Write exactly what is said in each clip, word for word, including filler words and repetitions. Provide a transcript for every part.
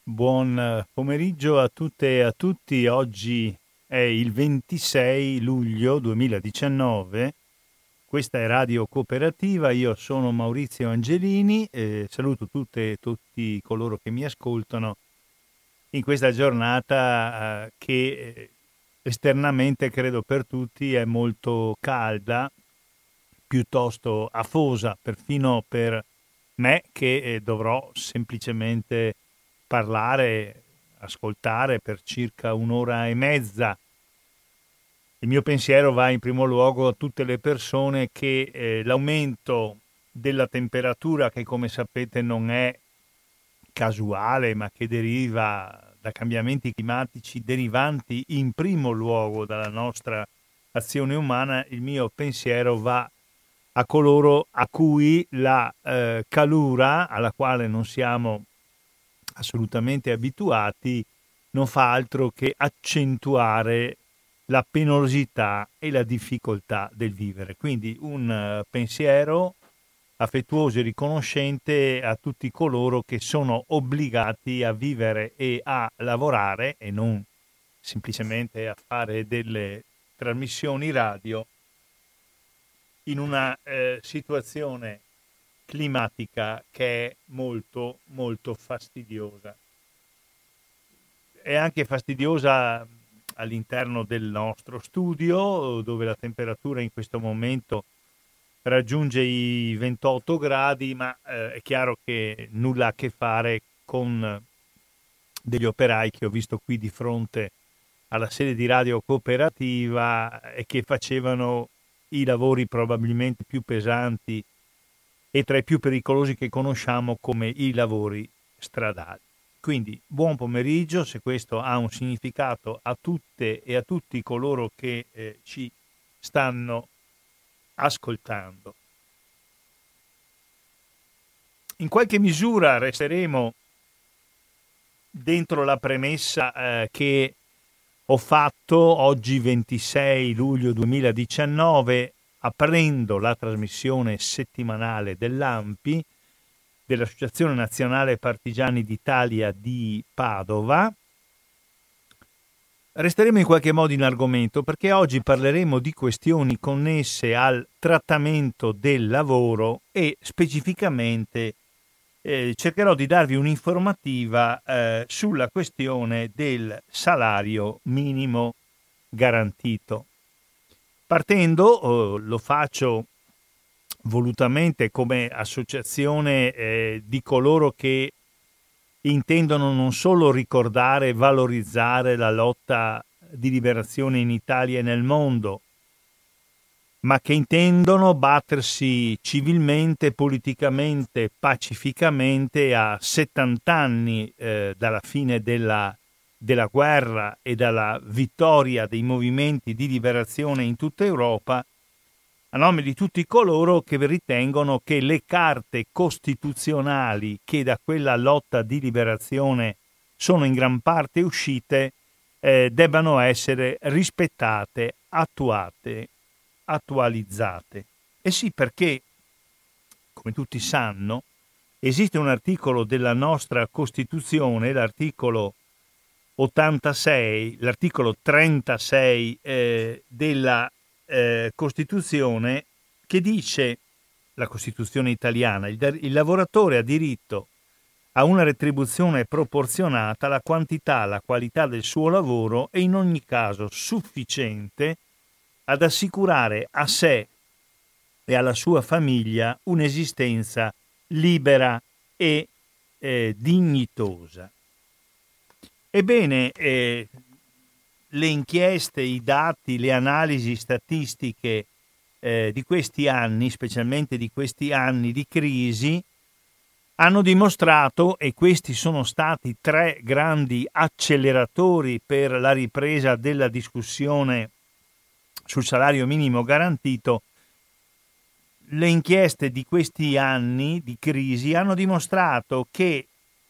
Buon pomeriggio a tutte e a tutti. Oggi è il ventisei luglio duemiladiciannove. Questa è Radio Cooperativa. Io sono Maurizio Angelini e saluto tutte e tutti coloro che mi ascoltano in questa giornata eh, che eh, esternamente credo per tutti è molto calda, piuttosto afosa, perfino per me che eh, dovrò semplicemente parlare, ascoltare per circa un'ora e mezza. Il mio pensiero va in primo luogo a tutte le persone che eh, l'aumento della temperatura, che come sapete non è casuale, ma che deriva da cambiamenti climatici derivanti in primo luogo dalla nostra azione umana, il mio pensiero va a coloro a cui la eh, calura, alla quale non siamo assolutamente abituati, non fa altro che accentuare la penosità e la difficoltà del vivere. Quindi un uh, pensiero affettuoso e riconoscente a tutti coloro che sono obbligati a vivere e a lavorare e non semplicemente a fare delle trasmissioni radio in una eh, situazione climatica che è molto molto fastidiosa. È anche fastidiosa all'interno del nostro studio, dove la temperatura in questo momento raggiunge i ventotto gradi, ma eh, è chiaro che nulla a che fare con degli operai che ho visto qui di fronte alla sede di Radio Cooperativa e che facevano i lavori probabilmente più pesanti e tra i più pericolosi che conosciamo, come i lavori stradali. Quindi buon pomeriggio, se questo ha un significato, a tutte e a tutti coloro che eh, ci stanno ascoltando. In qualche misura resteremo dentro la premessa eh, che ho fatto oggi ventisei luglio duemiladiciannove, aprendo la trasmissione settimanale dell'A M P I, dell'Associazione Nazionale Partigiani d'Italia di Padova. Resteremo in qualche modo in argomento perché oggi parleremo di questioni connesse al trattamento del lavoro e specificamente eh, cercherò di darvi un'informativa eh, sulla questione del salario minimo garantito. Partendo, eh, lo faccio volutamente come associazione eh, di coloro che intendono non solo ricordare e valorizzare la lotta di liberazione in Italia e nel mondo, ma che intendono battersi civilmente, politicamente, pacificamente a settanta anni eh, dalla fine della, della guerra e dalla vittoria dei movimenti di liberazione in tutta Europa, a nome di tutti coloro che ritengono che le carte costituzionali che da quella lotta di liberazione sono in gran parte uscite eh, debbano essere rispettate, attuate, attualizzate. E sì, perché, come tutti sanno, esiste un articolo della nostra Costituzione, l'articolo ottantasei, l'articolo trentasei eh, della Eh, Costituzione, che dice, la Costituzione italiana, il, il lavoratore ha diritto a una retribuzione proporzionata alla quantità, alla qualità del suo lavoro e in ogni caso sufficiente ad assicurare a sé e alla sua famiglia un'esistenza libera e eh, dignitosa. Ebbene, eh, le inchieste, i dati, le analisi statistiche eh, di questi anni, specialmente di questi anni di crisi, hanno dimostrato, e questi sono stati tre grandi acceleratori per la ripresa della discussione sul salario minimo garantito, le inchieste di questi anni di crisi hanno dimostrato che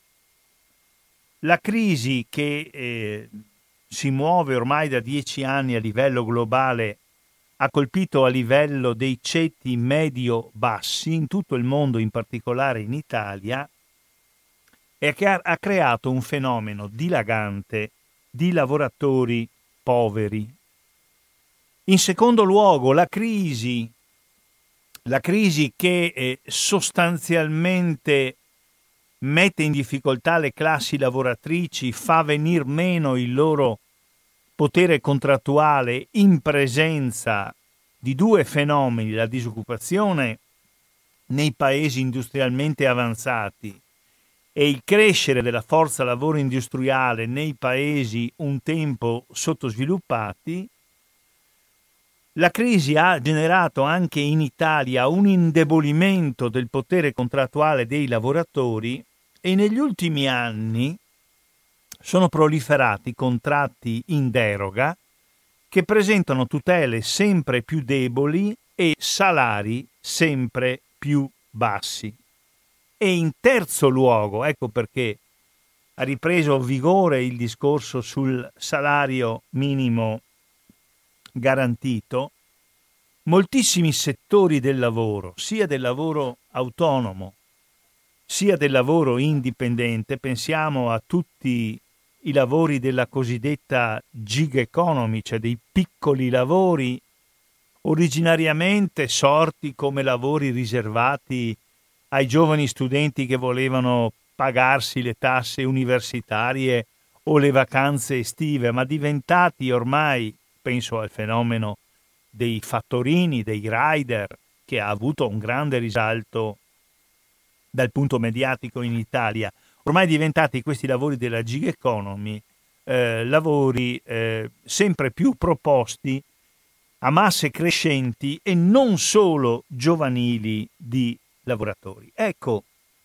la crisi che eh, si muove ormai da dieci anni a livello globale, ha colpito a livello dei ceti medio-bassi in tutto il mondo, in particolare in Italia, e che ha, ha creato un fenomeno dilagante di lavoratori poveri. In secondo luogo, la crisi, la crisi che eh, sostanzialmente mette in difficoltà le classi lavoratrici, fa venir meno il loro potere contrattuale in presenza di due fenomeni, la disoccupazione nei paesi industrialmente avanzati e il crescere della forza lavoro industriale nei paesi un tempo sottosviluppati. La crisi ha generato anche in Italia un indebolimento del potere contrattuale dei lavoratori e negli ultimi anni sono proliferati contratti in deroga che presentano tutele sempre più deboli e salari sempre più bassi. E in terzo luogo, ecco perché ha ripreso vigore il discorso sul salario minimo garantito, moltissimi settori del lavoro, sia del lavoro autonomo, sia del lavoro indipendente, pensiamo a tutti i lavori della cosiddetta gig economy, cioè dei piccoli lavori originariamente sorti come lavori riservati ai giovani studenti che volevano pagarsi le tasse universitarie o le vacanze estive, ma diventati ormai, penso al fenomeno dei fattorini, dei rider, che ha avuto un grande risalto dal punto mediatico in Italia, ormai diventati questi lavori della gig economy eh, lavori eh, sempre più proposti a masse crescenti e non solo giovanili di lavoratori. Ecco,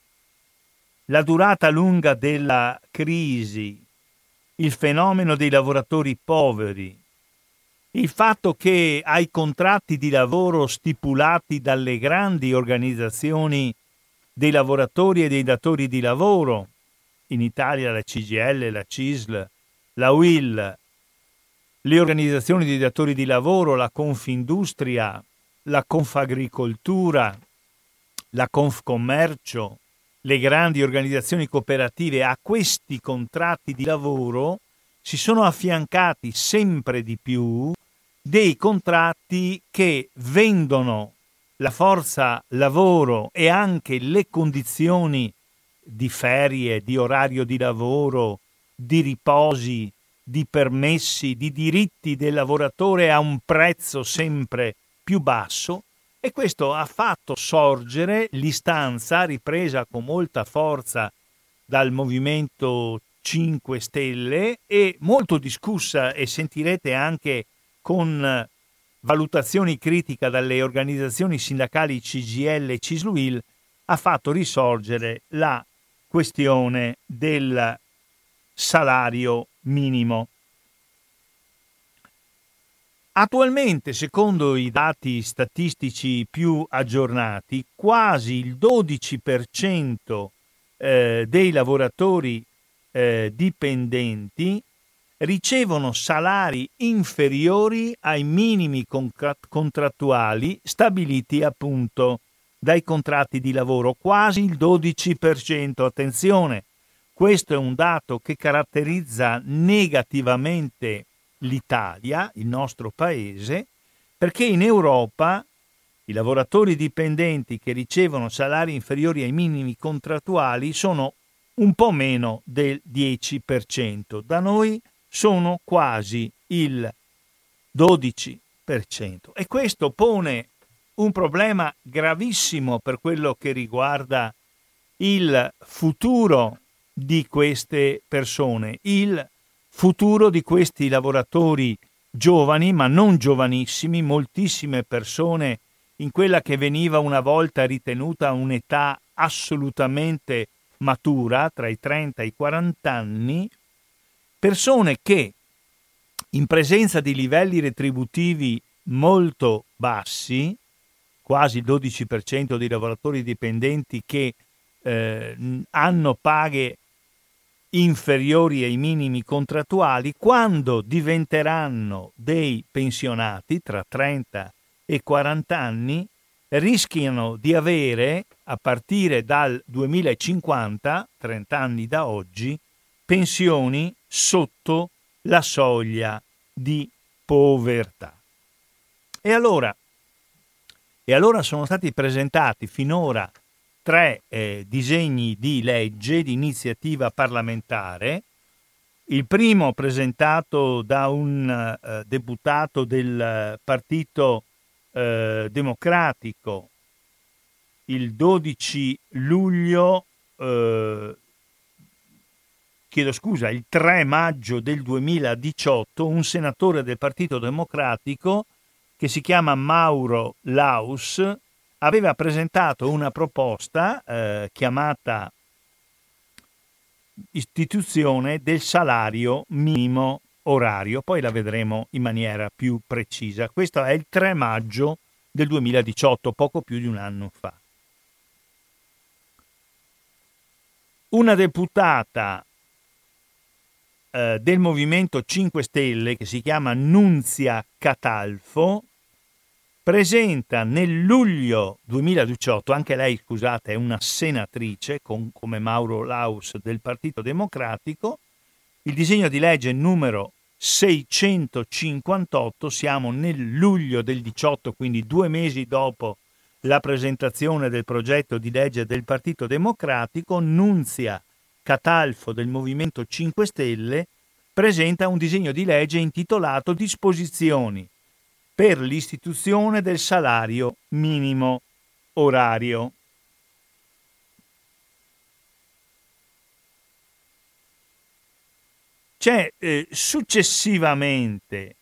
la durata lunga della crisi, il fenomeno dei lavoratori poveri, il fatto che ai contratti di lavoro stipulati dalle grandi organizzazioni dei lavoratori e dei datori di lavoro, in Italia la C G I L, la C I S L, la U I L, le organizzazioni dei datori di lavoro, la Confindustria, la Confagricoltura, la Confcommercio, le grandi organizzazioni cooperative, a questi contratti di lavoro si sono affiancati sempre di più dei contratti che vendono la forza lavoro e anche le condizioni di ferie, di orario di lavoro, di riposi, di permessi, di diritti del lavoratore a un prezzo sempre più basso, e questo ha fatto sorgere l'istanza ripresa con molta forza dal Movimento cinque Stelle e molto discussa, e sentirete anche con valutazioni critiche dalle organizzazioni sindacali C G I L e C I S L U I L, ha fatto risorgere la questione del salario minimo. Attualmente, secondo i dati statistici più aggiornati, quasi il dodici per cento eh, dei lavoratori eh, dipendenti ricevono salari inferiori ai minimi contrattuali stabiliti appunto dai contratti di lavoro, quasi il dodici per cento. Attenzione, questo è un dato che caratterizza negativamente l'Italia, il nostro paese, perché in Europa i lavoratori dipendenti che ricevono salari inferiori ai minimi contrattuali sono un po' meno del dieci per cento. Da noi sono quasi il dodici per cento, e questo pone un problema gravissimo per quello che riguarda il futuro di queste persone, il futuro di questi lavoratori giovani, ma non giovanissimi, moltissime persone in quella che veniva una volta ritenuta un'età assolutamente matura, tra i trenta e i quaranta anni, persone che in presenza di livelli retributivi molto bassi, quasi il dodici per cento dei lavoratori dipendenti che eh, hanno paghe inferiori ai minimi contrattuali, quando diventeranno dei pensionati tra trenta e quaranta anni, rischiano di avere, a partire dal duemilacinquanta, trenta anni da oggi, pensioni sotto la soglia di povertà. E allora, e allora sono stati presentati finora tre eh, disegni di legge di iniziativa parlamentare. Il primo presentato da un eh, deputato del Partito eh, Democratico il dodici luglio, eh, chiedo scusa, il tre maggio del duemiladiciotto, un senatore del Partito Democratico che si chiama Mauro Laus aveva presentato una proposta eh, chiamata istituzione del salario minimo orario, poi la vedremo in maniera più precisa. Questo è il tre maggio del duemiladiciotto, poco più di un anno fa. Una deputata eh, del Movimento cinque Stelle, che si chiama Nunzia Catalfo, presenta nel luglio duemiladiciotto, anche lei, scusate, è una senatrice con, come Mauro Laus del Partito Democratico, il disegno di legge numero seicentocinquantotto. Siamo nel luglio del diciotto, quindi due mesi dopo la presentazione del progetto di legge del Partito Democratico. Nunzia Catalfo del Movimento cinque Stelle presenta un disegno di legge intitolato Disposizioni per l'istituzione del salario minimo orario. C'è eh, successivamente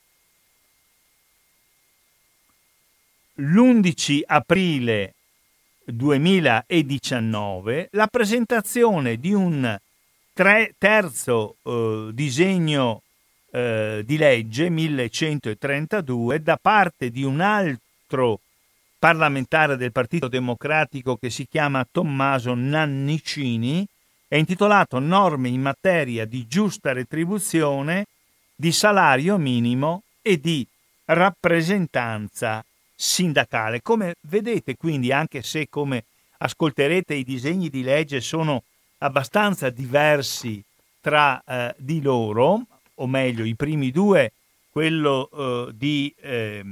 l'undici aprile duemiladiciannove la presentazione di un tre, terzo eh, disegno eh, di legge millecentotrentadue da parte di un altro parlamentare del Partito Democratico che si chiama Tommaso Nannicini. È intitolato Norme in materia di giusta retribuzione, di salario minimo e di rappresentanza sindacale. Come vedete, quindi, anche se, come ascolterete, i disegni di legge sono abbastanza diversi tra eh, di loro, o meglio, i primi due, quello eh, di eh,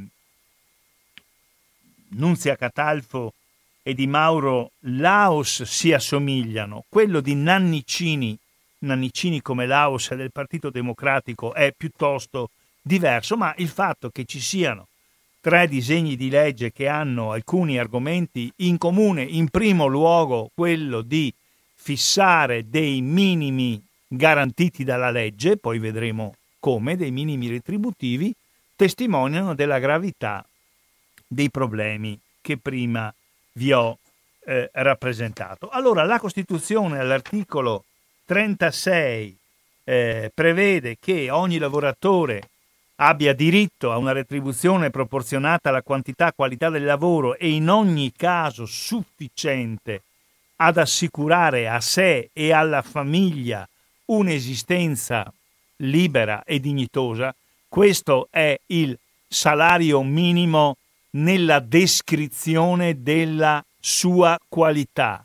Nunzia Catalfo e di Mauro Laus, si assomigliano. Quello di Nannicini, Nannicini come Laus del Partito Democratico, è piuttosto diverso, ma il fatto che ci siano tre disegni di legge che hanno alcuni argomenti in comune, in primo luogo quello di fissare dei minimi garantiti dalla legge, poi vedremo come, dei minimi retributivi, testimoniano della gravità dei problemi che prima vi ho eh, rappresentato. Allora, la Costituzione all'articolo trentasei eh, prevede che ogni lavoratore abbia diritto a una retribuzione proporzionata alla quantità e qualità del lavoro e in ogni caso sufficiente ad assicurare a sé e alla famiglia un'esistenza libera e dignitosa. Questo è il salario minimo nella descrizione della sua qualità.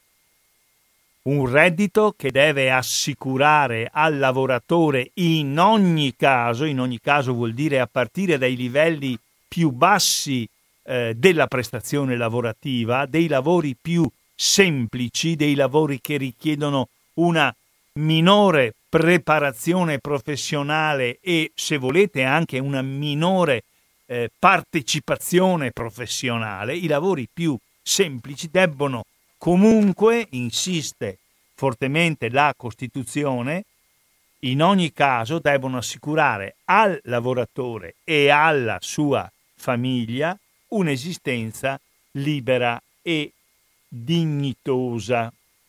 Un reddito che deve assicurare al lavoratore in ogni caso, in ogni caso vuol dire a partire dai livelli più bassi eh, della prestazione lavorativa, dei lavori più semplici, dei lavori che richiedono una minore preparazione professionale e, se volete, anche una minore eh, partecipazione professionale. I lavori più semplici debbono comunque, insiste fortemente la Costituzione, in ogni caso debbono assicurare al lavoratore e alla sua famiglia un'esistenza libera e dignitosa.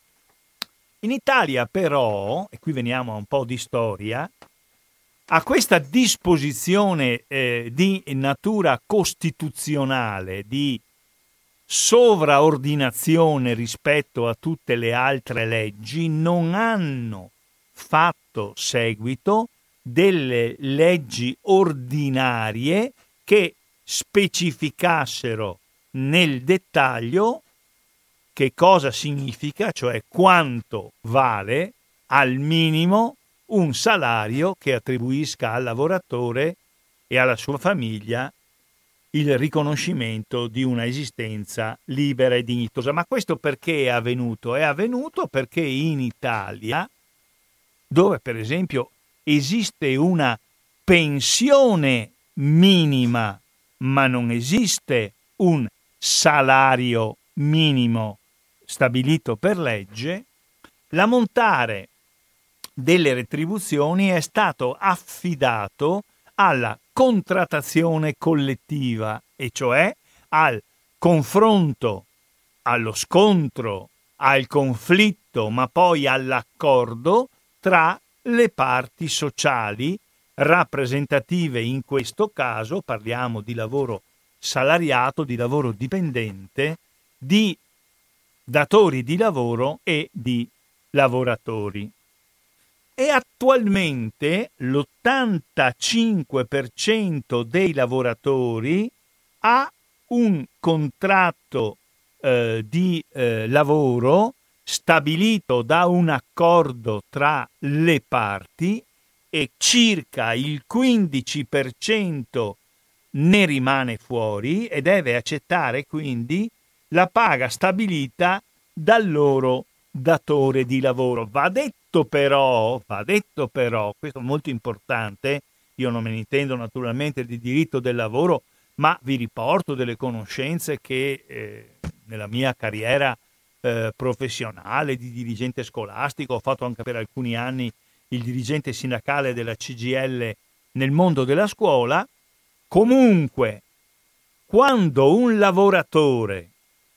In Italia però, e qui veniamo a un po' di storia, a questa disposizione eh, di natura costituzionale, di sovraordinazione rispetto a tutte le altre leggi, non hanno fatto seguito delle leggi ordinarie che specificassero nel dettaglio che cosa significa, cioè quanto vale al minimo un salario che attribuisca al lavoratore e alla sua famiglia il riconoscimento di una esistenza libera e dignitosa. Ma questo perché è avvenuto? È avvenuto perché in Italia, dove per esempio esiste una pensione minima, ma non esiste un salario minimo stabilito per legge, l'ammontare delle retribuzioni è stato affidato alla contrattazione collettiva, e cioè al confronto, allo scontro, al conflitto, ma poi all'accordo tra le parti sociali rappresentative. In questo caso parliamo di lavoro salariato, di lavoro dipendente, di datori di lavoro e di lavoratori. E attualmente l'ottantacinque per cento dei lavoratori ha un contratto eh, di eh, lavoro stabilito da un accordo tra le parti, e circa il quindici per cento ne rimane fuori e deve accettare quindi la paga stabilita dal loro datore di lavoro. Va detto però, va detto però, questo è molto importante, io non me ne intendo naturalmente di diritto del lavoro, ma vi riporto delle conoscenze che eh, nella mia carriera eh, professionale di dirigente scolastico, ho fatto anche per alcuni anni il dirigente sindacale della C G I L nel mondo della scuola. Comunque, quando un lavoratore,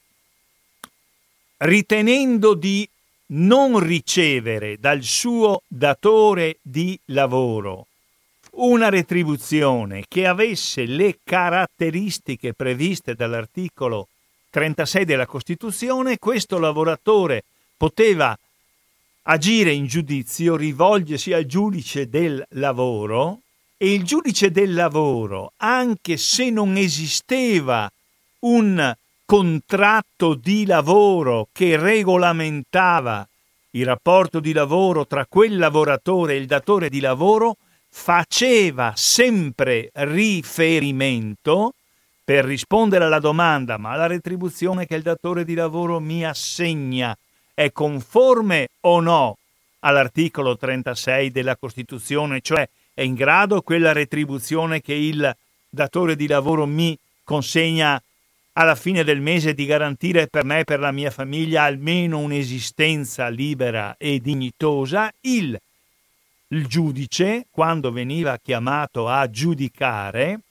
ritenendo di non ricevere dal suo datore di lavoro una retribuzione che avesse le caratteristiche previste dall'articolo trentasei della Costituzione, questo lavoratore poteva agire in giudizio, rivolgersi al giudice del lavoro, e il giudice del lavoro, anche se non esisteva un contratto di lavoro che regolamentava il rapporto di lavoro tra quel lavoratore e il datore di lavoro, faceva sempre riferimento, per rispondere alla domanda: ma la retribuzione che il datore di lavoro mi assegna è conforme o no all'articolo trentasei della Costituzione, cioè è in grado quella retribuzione che il datore di lavoro mi consegna alla fine del mese di garantire per me e per la mia famiglia almeno un'esistenza libera e dignitosa. Il, il giudice, quando veniva chiamato a giudicare,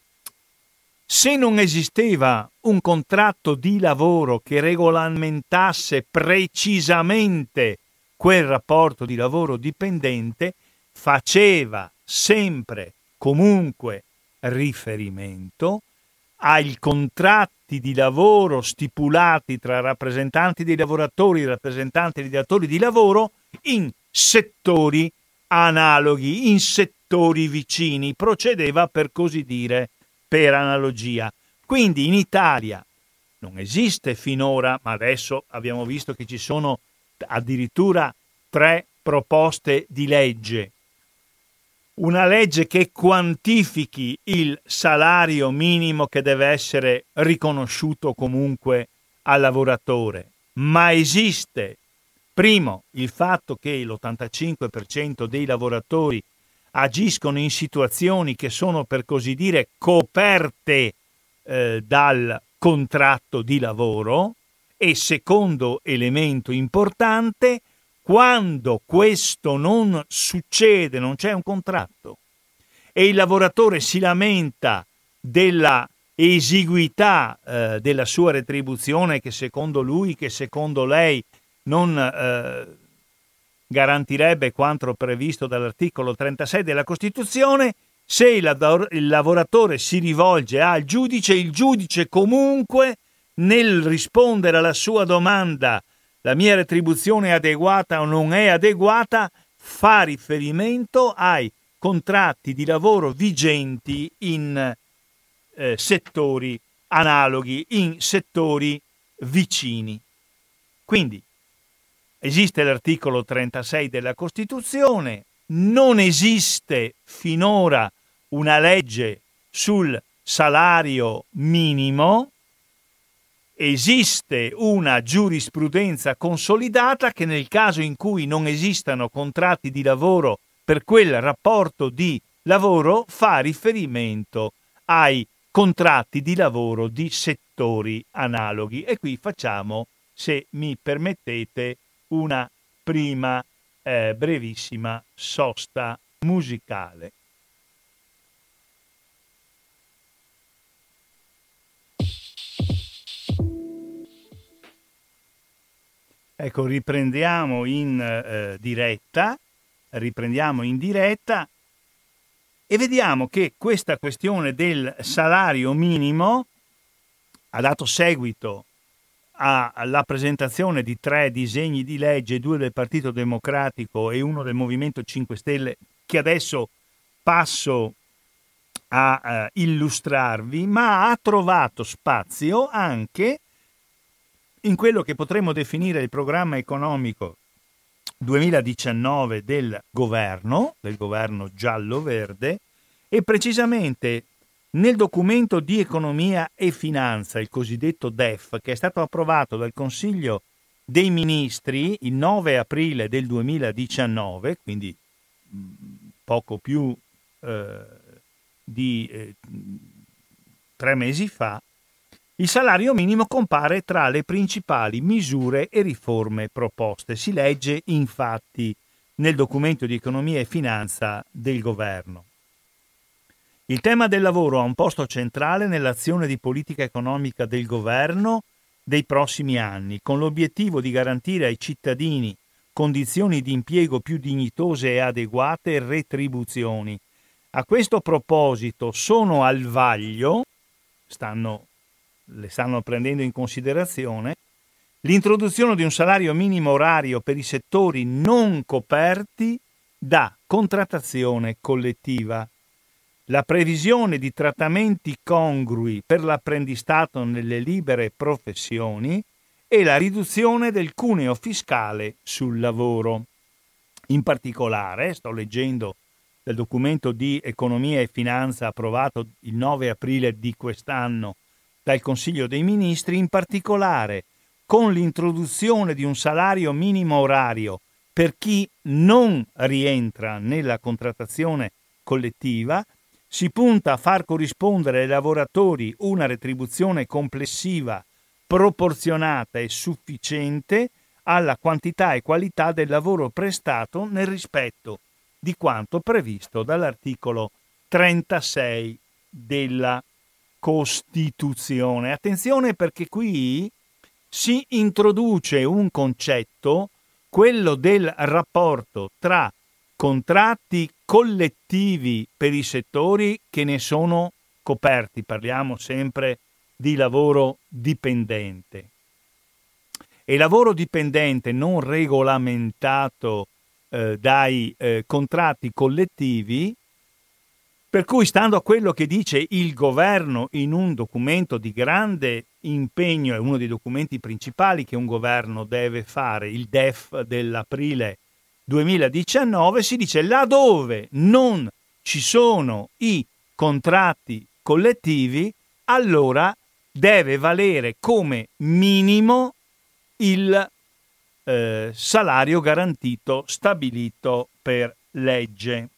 se non esisteva un contratto di lavoro che regolamentasse precisamente quel rapporto di lavoro dipendente, faceva sempre comunque riferimento ai contratti di lavoro stipulati tra rappresentanti dei lavoratori e rappresentanti dei datori di lavoro in settori analoghi, in settori vicini, procedeva per così dire per analogia. Quindi in Italia non esiste finora, ma adesso abbiamo visto che ci sono addirittura tre proposte di legge. Una legge che quantifichi il salario minimo che deve essere riconosciuto comunque al lavoratore, ma esiste, primo, il fatto che l'ottantacinque per cento dei lavoratori agiscono in situazioni che sono, per così dire, coperte eh, dal contratto di lavoro, e secondo elemento importante, quando questo non succede, non c'è un contratto, e il lavoratore si lamenta della esiguità eh, della sua retribuzione, che secondo lui, che secondo lei non eh, garantirebbe quanto previsto dall'articolo trentasei della Costituzione, se il, il lavoratore si rivolge al giudice, il giudice comunque, nel rispondere alla sua domanda: la mia retribuzione è adeguata o non è adeguata, fa riferimento ai contratti di lavoro vigenti in eh, settori analoghi in settori vicini. Quindi esiste l'articolo trentasei della Costituzione, non esiste finora una legge sul salario minimo, esiste una giurisprudenza consolidata che nel caso in cui non esistano contratti di lavoro per quel rapporto di lavoro fa riferimento ai contratti di lavoro di settori analoghi. E qui facciamo, se mi permettete, una prima eh, brevissima sosta musicale. Ecco, riprendiamo in eh, diretta, riprendiamo in diretta e vediamo che questa questione del salario minimo ha dato seguito alla presentazione di tre disegni di legge, due del Partito Democratico e uno del Movimento cinque Stelle, che adesso passo a uh, illustrarvi, ma ha trovato spazio anche in quello che potremmo definire il programma economico duemiladiciannove del governo, del governo giallo-verde, e precisamente nel documento di economia e finanza, il cosiddetto D E F, che è stato approvato dal Consiglio dei Ministri il nove aprile del duemiladiciannove, quindi poco più eh, di eh, tre mesi fa, il salario minimo compare tra le principali misure e riforme proposte. Si legge infatti nel documento di economia e finanza del governo. Il tema del lavoro ha un posto centrale nell'azione di politica economica del governo dei prossimi anni, con l'obiettivo di garantire ai cittadini condizioni di impiego più dignitose e adeguate e retribuzioni. A questo proposito sono al vaglio, stanno le stanno prendendo in considerazione, l'introduzione di un salario minimo orario per i settori non coperti da contrattazione collettiva, la previsione di trattamenti congrui per l'apprendistato nelle libere professioni e la riduzione del cuneo fiscale sul lavoro. In particolare, sto leggendo del documento di economia e finanza approvato il nove aprile di quest'anno dal Consiglio dei Ministri, in particolare con l'introduzione di un salario minimo orario per chi non rientra nella contrattazione collettiva, si punta a far corrispondere ai lavoratori una retribuzione complessiva proporzionata e sufficiente alla quantità e qualità del lavoro prestato nel rispetto di quanto previsto dall'articolo trentasei della Costituzione. Attenzione, perché qui si introduce un concetto, quello del rapporto tra contratti collettivi per i settori che ne sono coperti. Parliamo sempre di lavoro dipendente. E lavoro dipendente non regolamentato eh, dai eh, contratti collettivi, per cui, stando a quello che dice il governo in un documento di grande impegno, è uno dei documenti principali che un governo deve fare, il D E F dell'aprile duemiladiciannove, si dice: laddove non ci sono i contratti collettivi, allora deve valere come minimo il eh, salario garantito stabilito per legge.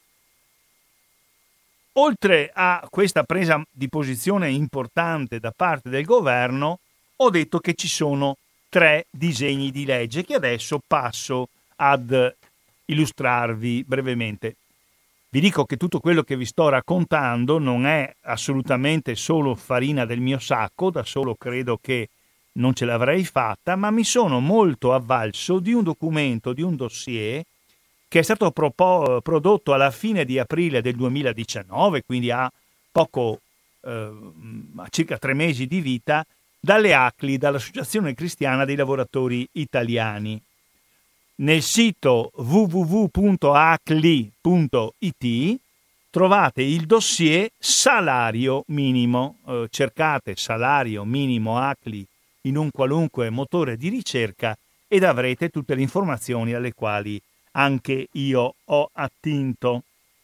Oltre a questa presa di posizione importante da parte del governo, ho detto che ci sono tre disegni di legge che adesso passo ad illustrarvi brevemente. Vi dico che tutto quello che vi sto raccontando non è assolutamente solo farina del mio sacco, da solo credo che non ce l'avrei fatta, ma mi sono molto avvalso di un documento, di un dossier che è stato propo- prodotto alla fine di aprile del duemiladiciannove, quindi ha poco, eh, a circa tre mesi di vita, dalle A C L I, dall'Associazione Cristiana dei Lavoratori Italiani. Nel sito w w w punto a c l i punto i t trovate il dossier salario minimo. Eh, cercate salario minimo A C L I in un qualunque motore di ricerca ed avrete tutte le informazioni alle quali anche io ho attinto.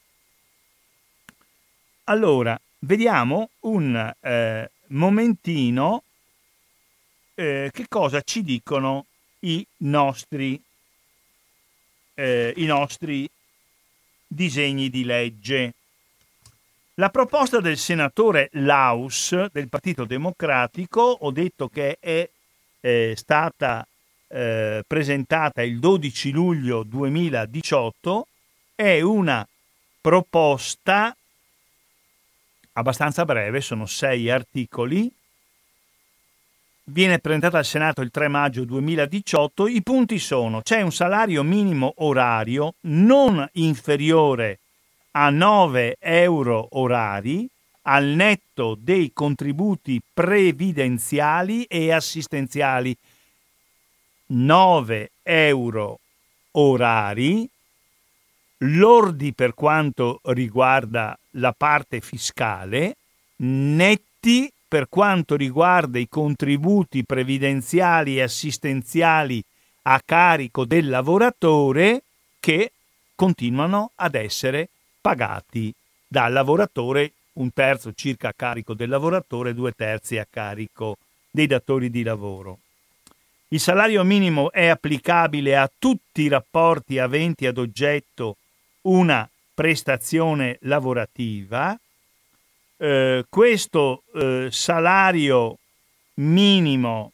Allora, vediamo un eh, momentino eh, che cosa ci dicono i nostri, eh, i nostri disegni di legge. La proposta del senatore Laus del Partito Democratico, ho detto che è eh, stata eh, presentata il dodici luglio duemiladiciotto, è una proposta abbastanza breve, sono sei articoli, viene presentata al Senato il tre maggio duemiladiciotto. I punti sono: c'è un salario minimo orario non inferiore a nove euro orari al netto dei contributi previdenziali e assistenziali. nove euro orari lordi per quanto riguarda la parte fiscale, netti per quanto riguarda i contributi previdenziali e assistenziali a carico del lavoratore, che continuano ad essere pagati dal lavoratore, un terzo circa a carico del lavoratore, due terzi a carico dei datori di lavoro. Il salario minimo è applicabile a tutti i rapporti aventi ad oggetto una prestazione lavorativa. Eh, questo eh, salario minimo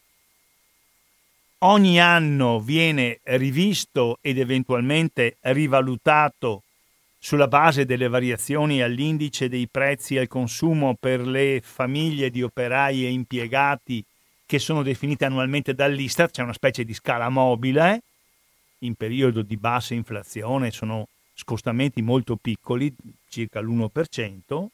ogni anno viene rivisto ed eventualmente rivalutato sulla base delle variazioni all'indice dei prezzi al consumo per le famiglie di operai e impiegati che sono definite annualmente dall'Istat. C'è una specie di scala mobile. In periodo di bassa inflazione sono scostamenti molto piccoli, circa l'uno per cento.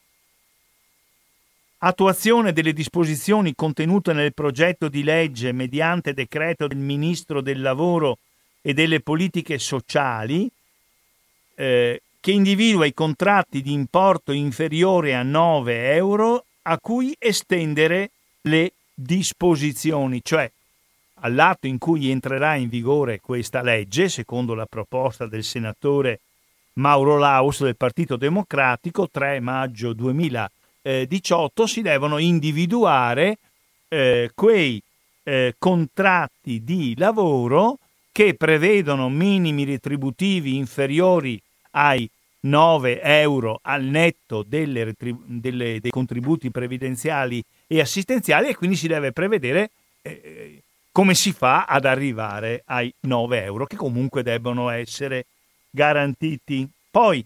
Attuazione delle disposizioni contenute nel progetto di legge mediante decreto del Ministro del Lavoro e delle Politiche Sociali, eh, che individua i contratti di importo inferiore a nove euro a cui estendere le disposizioni, cioè all'atto in cui entrerà in vigore questa legge, secondo la proposta del senatore Mauro Laus del Partito Democratico, tre maggio duemiladiciotto, si devono individuare eh, quei eh, contratti di lavoro che prevedono minimi retributivi inferiori ai nove euro al netto delle retrib- delle, dei contributi previdenziali e assistenziali, e quindi si deve prevedere eh, come si fa ad arrivare ai nove euro, che comunque debbono essere garantiti. Poi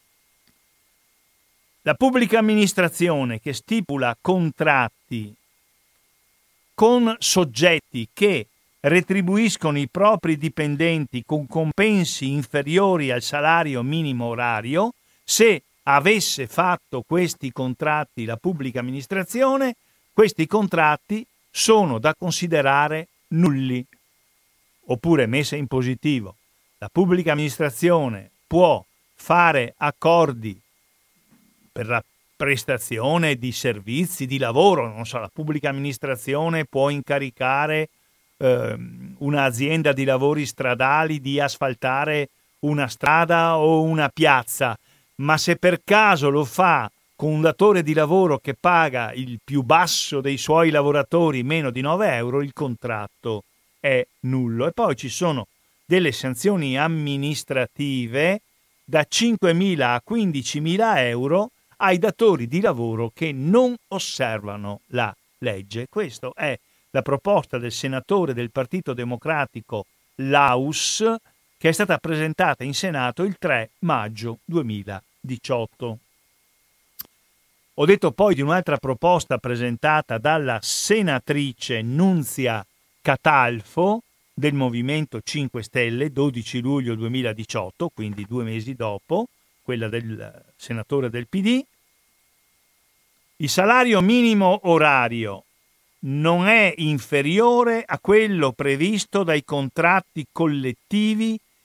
la pubblica amministrazione che stipula contratti con soggetti che retribuiscono i propri dipendenti con compensi inferiori al salario minimo orario, se avesse fatto questi contratti la pubblica amministrazione, questi contratti sono da considerare nulli, oppure messa in positivo. La pubblica amministrazione può fare accordi per la prestazione di servizi, di lavoro, non so, la pubblica amministrazione può incaricare eh, un'azienda di lavori stradali di asfaltare una strada o una piazza, ma se per caso lo fa con un datore di lavoro che paga il più basso dei suoi lavoratori meno di nove euro, il contratto è nullo. E poi ci sono delle sanzioni amministrative da cinquemila a quindicimila euro ai datori di lavoro che non osservano la legge. Questa è la proposta del senatore del Partito Democratico Laus, che è stata presentata in Senato il tre maggio duemiladiciotto. Ho detto poi di un'altra proposta presentata dalla senatrice Nunzia Catalfo del Movimento cinque Stelle, dodici luglio duemiladiciotto, quindi due mesi dopo quella del senatore del P D. Il salario minimo orario non è inferiore a quello previsto dai contratti collettivi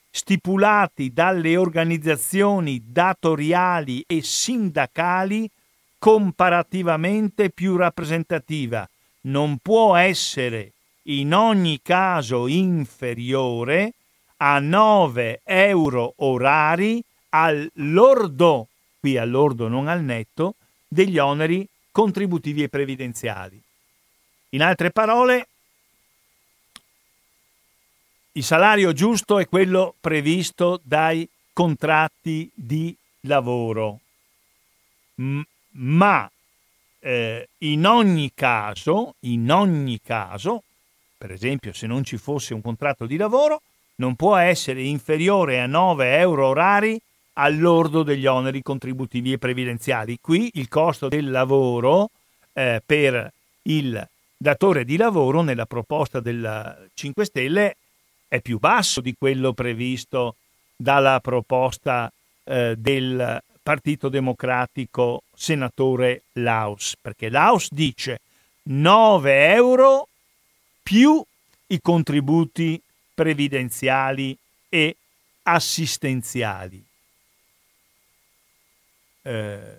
stipulati dalle organizzazioni datoriali e sindacali comparativamente più rappresentativa. Non può essere in ogni caso inferiore a nove euro orari al lordo, qui al lordo non al netto, degli oneri contributivi e previdenziali. In altre parole, il salario giusto è quello previsto dai contratti di lavoro, M- ma eh, in ogni caso, in ogni caso, per esempio se non ci fosse un contratto di lavoro, non può essere inferiore a nove euro orari al lordo degli oneri contributivi e previdenziali. Qui il costo del lavoro eh, per il datore di lavoro nella proposta del cinque Stelle è più basso di quello previsto dalla proposta eh, del Partito Democratico senatore Laus, perché Laus dice nove euro più i contributi previdenziali e assistenziali. Eh,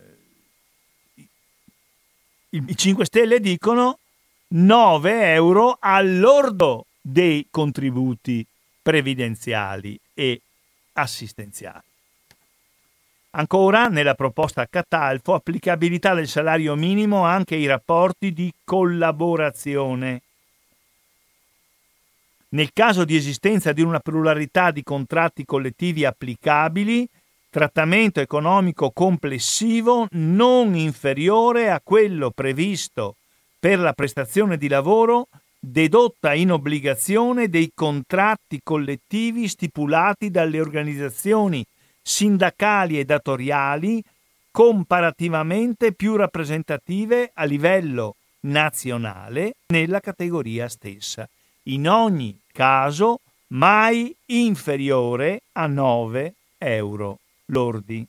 I cinque Stelle dicono nove euro al lordo dei contributi previdenziali e assistenziali. Ancora, nella proposta Catalfo, applicabilità del salario minimo anche ai rapporti di collaborazione. Nel caso di esistenza di una pluralità di contratti collettivi applicabili, trattamento economico complessivo non inferiore a quello previsto per la prestazione di lavoro dedotta in obbligazione dei contratti collettivi stipulati dalle organizzazioni sindacali e datoriali comparativamente più rappresentative a livello nazionale nella categoria stessa. In ogni caso mai inferiore a nove euro lordi.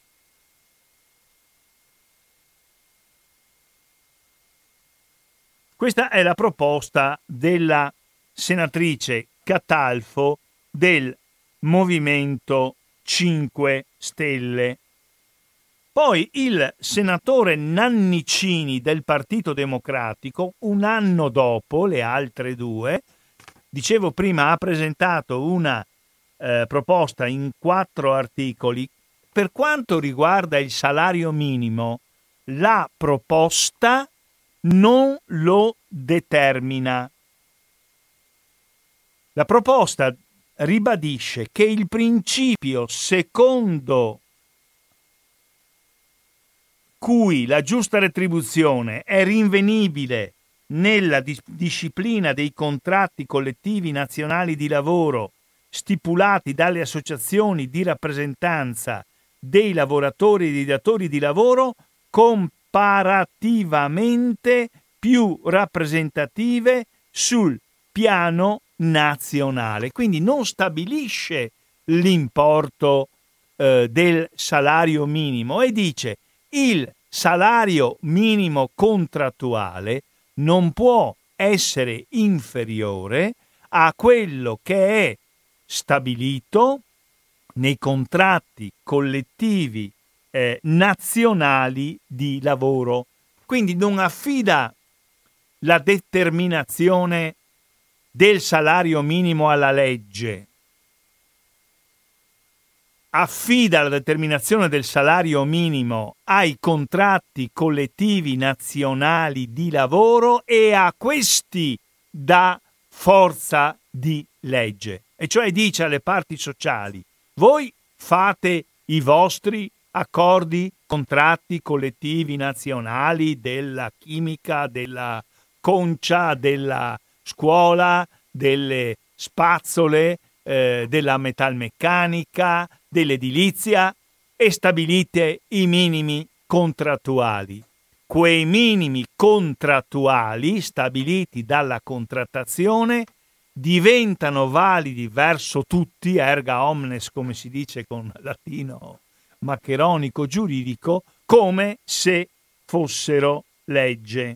Questa è la proposta della senatrice Catalfo del Movimento cinque Stelle. Poi il senatore Nannicini del Partito Democratico, un anno dopo le altre due, dicevo prima, ha presentato una eh, proposta in quattro articoli. Per quanto riguarda il salario minimo, la proposta non lo determina. La proposta ribadisce che il principio secondo cui la giusta retribuzione è rinvenibile nella dis- disciplina dei contratti collettivi nazionali di lavoro stipulati dalle associazioni di rappresentanza dei lavoratori e dei datori di lavoro comparativamente più rappresentative sul piano nazionale. Quindi non stabilisce l'importo eh, del salario minimo e dice il salario minimo contrattuale non può essere inferiore a quello che è stabilito nei contratti collettivi eh, nazionali di lavoro. Quindi non affida la determinazione del salario minimo alla legge, affida la determinazione del salario minimo ai contratti collettivi nazionali di lavoro e a questi dà forza di legge. E cioè dice alle parti sociali: voi fate i vostri accordi, contratti collettivi nazionali della chimica, della concia, della scuola, delle spazzole, eh, della metalmeccanica, dell'edilizia, e stabilite i minimi contrattuali. Quei minimi contrattuali stabiliti dalla contrattazione diventano validi verso tutti, erga omnes, come si dice con latino maccheronico giuridico, come se fossero legge.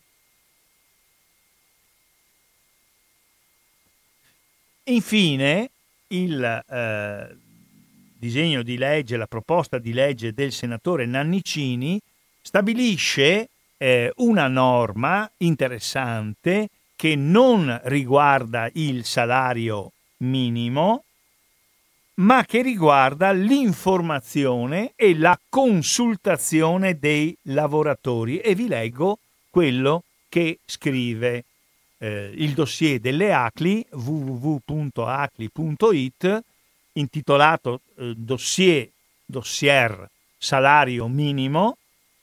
Infine, il, eh, disegno di legge, la proposta di legge del senatore Nannicini, stabilisce eh, una norma interessante che non riguarda il salario minimo, ma che riguarda l'informazione e la consultazione dei lavoratori. E vi leggo quello che scrive eh, il dossier delle A C L I, w w w punto a c l i punto i t, intitolato eh, dossier, dossier salario minimo.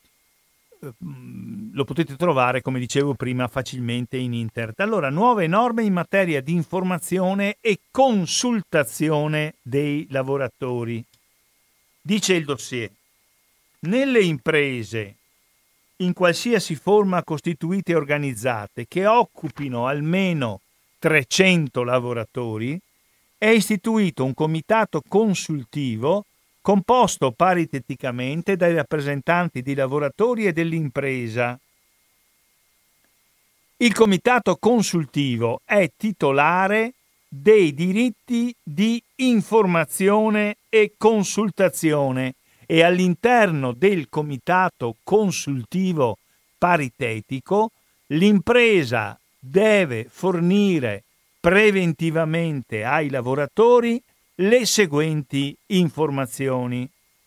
Lo potete trovare, come dicevo prima, facilmente in internet. Allora, nuove norme in materia di informazione e consultazione dei lavoratori. Dice il dossier: nelle imprese, in qualsiasi forma costituite e organizzate, che occupino almeno trecento lavoratori, è istituito un comitato consultivo composto pariteticamente dai rappresentanti di lavoratori e dell'impresa. Il comitato consultivo è titolare dei diritti di informazione e consultazione e all'interno del comitato consultivo paritetico l'impresa deve fornire preventivamente ai lavoratori le seguenti informazioni: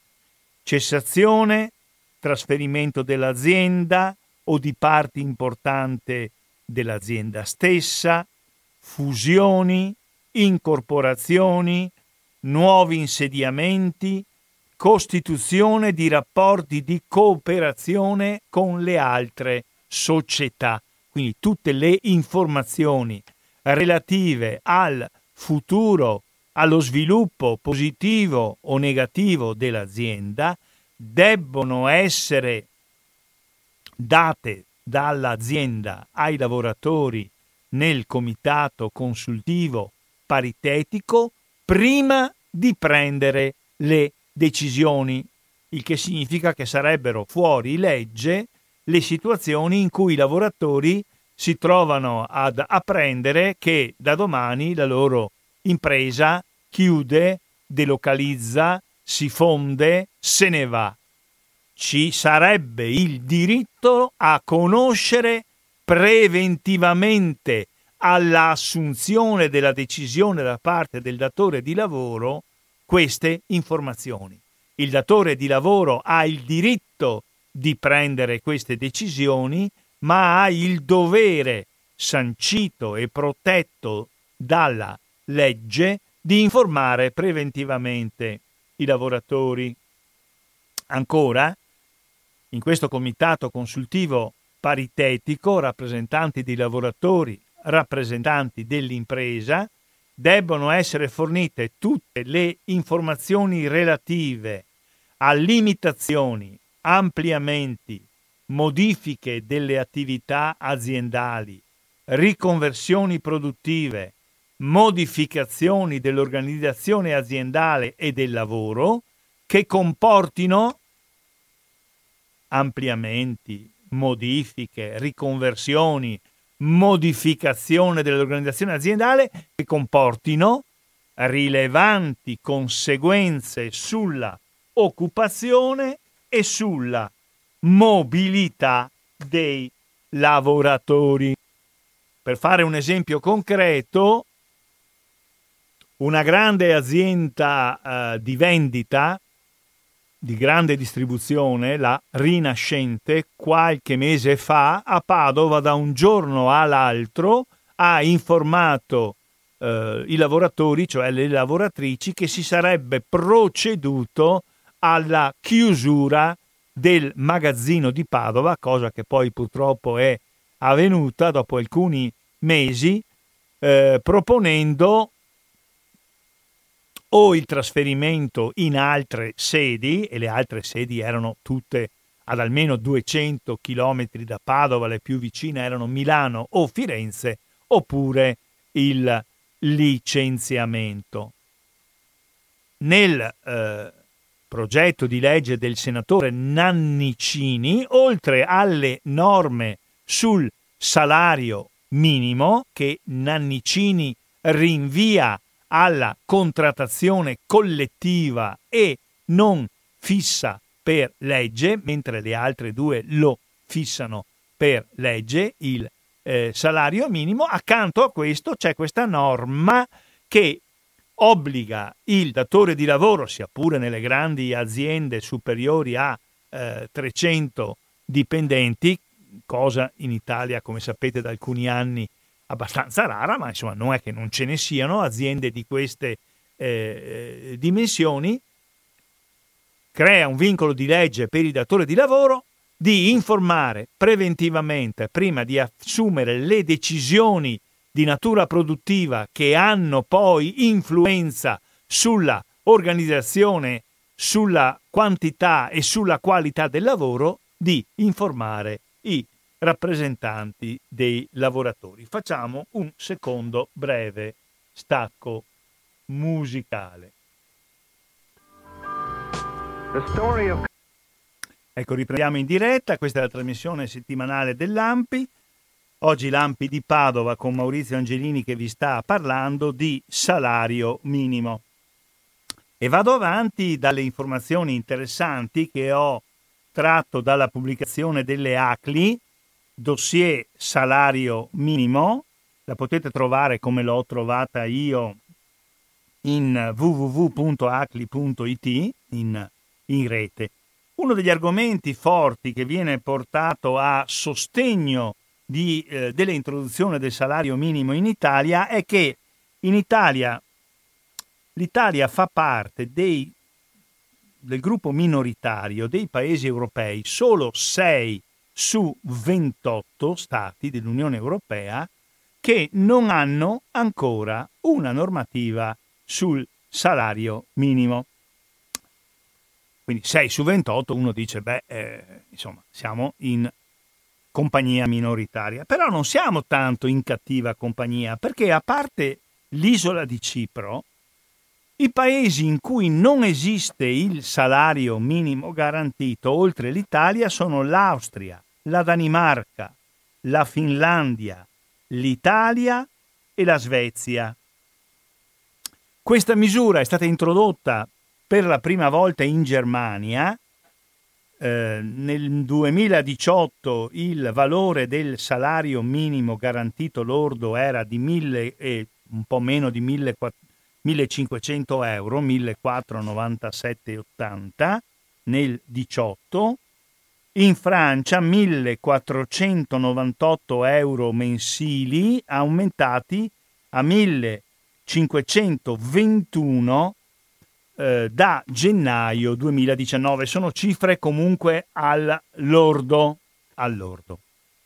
cessazione, trasferimento dell'azienda o di parte importante dell'azienda stessa, fusioni, incorporazioni, nuovi insediamenti, costituzione di rapporti di cooperazione con le altre società. Quindi tutte le informazioni relative al futuro, allo sviluppo positivo o negativo dell'azienda debbono essere date dall'azienda ai lavoratori nel comitato consultivo paritetico prima di prendere le decisioni, il che significa che sarebbero fuori legge le situazioni in cui i lavoratori si trovano ad apprendere che da domani la loro impresa chiude, delocalizza, si fonde, se ne va. Ci sarebbe il diritto a conoscere preventivamente all'assunzione della decisione da parte del datore di lavoro queste informazioni. Il datore di lavoro ha il diritto di prendere queste decisioni, ma ha il dovere sancito e protetto dalla legge di informare preventivamente i lavoratori. Ancora, in questo comitato consultivo paritetico, rappresentanti dei lavoratori, rappresentanti dell'impresa, debbono essere fornite tutte le informazioni relative a limitazioni, ampliamenti, modifiche delle attività aziendali, riconversioni produttive, modificazioni dell'organizzazione aziendale e del lavoro che comportino ampliamenti, modifiche, riconversioni, modificazione dell'organizzazione aziendale che comportino rilevanti conseguenze sulla occupazione e sulla mobilità dei lavoratori. Per fare un esempio concreto, una grande azienda eh, di vendita, di grande distribuzione, la Rinascente, qualche mese fa a Padova, da un giorno all'altro, ha informato eh, i lavoratori, cioè le lavoratrici, che si sarebbe proceduto alla chiusura del magazzino di Padova, cosa che poi purtroppo è avvenuta dopo alcuni mesi, eh, proponendo o il trasferimento in altre sedi, e le altre sedi erano tutte ad almeno duecento chilometri da Padova, le più vicine erano Milano o Firenze, oppure il licenziamento. Nel eh, progetto di legge del senatore Nannicini, oltre alle norme sul salario minimo che Nannicini rinvia alla contrattazione collettiva e non fissa per legge, mentre le altre due lo fissano per legge, il eh, salario minimo. Accanto a questo c'è questa norma che obbliga il datore di lavoro, sia pure nelle grandi aziende superiori a eh, trecento dipendenti, cosa in Italia, come sapete da alcuni anni, abbastanza rara, ma insomma non è che non ce ne siano aziende di queste eh, dimensioni, crea un vincolo di legge per il datore di lavoro di informare preventivamente, prima di assumere le decisioni di natura produttiva che hanno poi influenza sulla organizzazione, sulla quantità e sulla qualità del lavoro, di informare i rappresentanti dei lavoratori. Facciamo un secondo breve stacco musicale. The story of... Ecco, riprendiamo in diretta, questa è la trasmissione settimanale dell'Ampi. Oggi l'Ampi di Padova con Maurizio Angelini che vi sta parlando di salario minimo. E vado avanti dalle informazioni interessanti che ho tratto dalla pubblicazione delle A C L I, dossier salario minimo. La potete trovare come l'ho trovata io in w w w punto a c l i punto i t in, in rete. Uno degli argomenti forti che viene portato a sostegno di, eh, dell'introduzione del salario minimo in Italia è che in Italia l'Italia fa parte dei, del gruppo minoritario dei paesi europei. Solo sei su ventotto stati dell'Unione Europea che non hanno ancora una normativa sul salario minimo. Quindi sei su ventotto, uno dice, beh, eh, insomma, siamo in compagnia minoritaria. Però non siamo tanto in cattiva compagnia, perché a parte l'isola di Cipro, i paesi in cui non esiste il salario minimo garantito, oltre l'Italia, sono l'Austria, la Danimarca, la Finlandia, l'Italia e la Svezia. Questa misura è stata introdotta per la prima volta in Germania. Eh, nel duemiladiciotto il valore del salario minimo garantito lordo era di mille e un po' meno di millecinquecento euro, millequattrocentonovantasette virgola ottanta nel diciotto. In Francia millequattrocentonovantotto euro mensili, aumentati a millecinquecentoventuno eh, da gennaio duemiladiciannove. Sono cifre comunque al lordo, al lordo.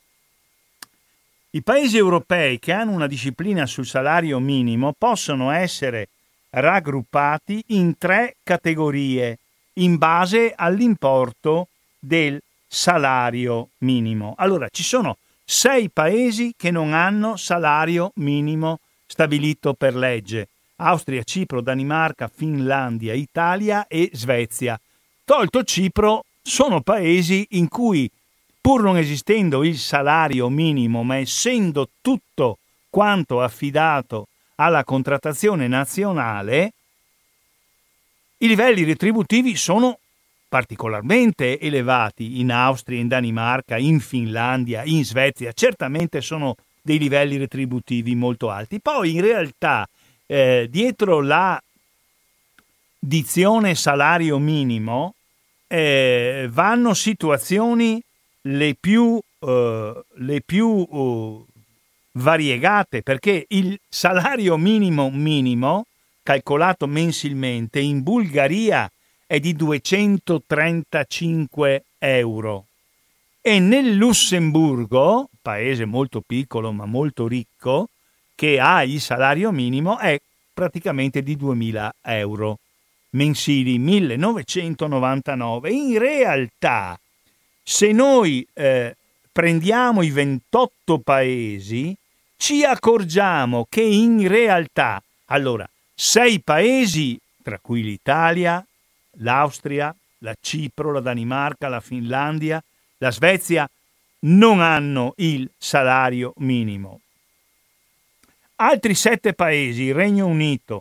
I paesi europei che hanno una disciplina sul salario minimo possono essere raggruppati in tre categorie in base all'importo del salario minimo. Allora, ci sono sei paesi che non hanno salario minimo stabilito per legge: Austria, Cipro, Danimarca, Finlandia, Italia e Svezia. Tolto Cipro, sono paesi in cui, pur non esistendo il salario minimo, ma essendo tutto quanto affidato alla contrattazione nazionale, i livelli retributivi sono particolarmente elevati in Austria, in Danimarca, in Finlandia, in Svezia. Certamente sono dei livelli retributivi molto alti. Poi in realtà eh, dietro la dizione salario minimo eh, vanno situazioni le più, eh, le più uh, variegate, perché il salario minimo minimo calcolato mensilmente in Bulgaria è di duecentotrentacinque euro e nel Lussemburgo, paese molto piccolo ma molto ricco, che ha il salario minimo, è praticamente di duemila euro mensili, millenovecentonovantanove. In realtà, se noi eh, prendiamo i ventotto paesi, ci accorgiamo che in realtà, allora, sei paesi, tra cui l'Italia, l'Austria, la Cipro, la Danimarca, la Finlandia, la Svezia, non hanno il salario minimo. Altri sette paesi, il Regno Unito,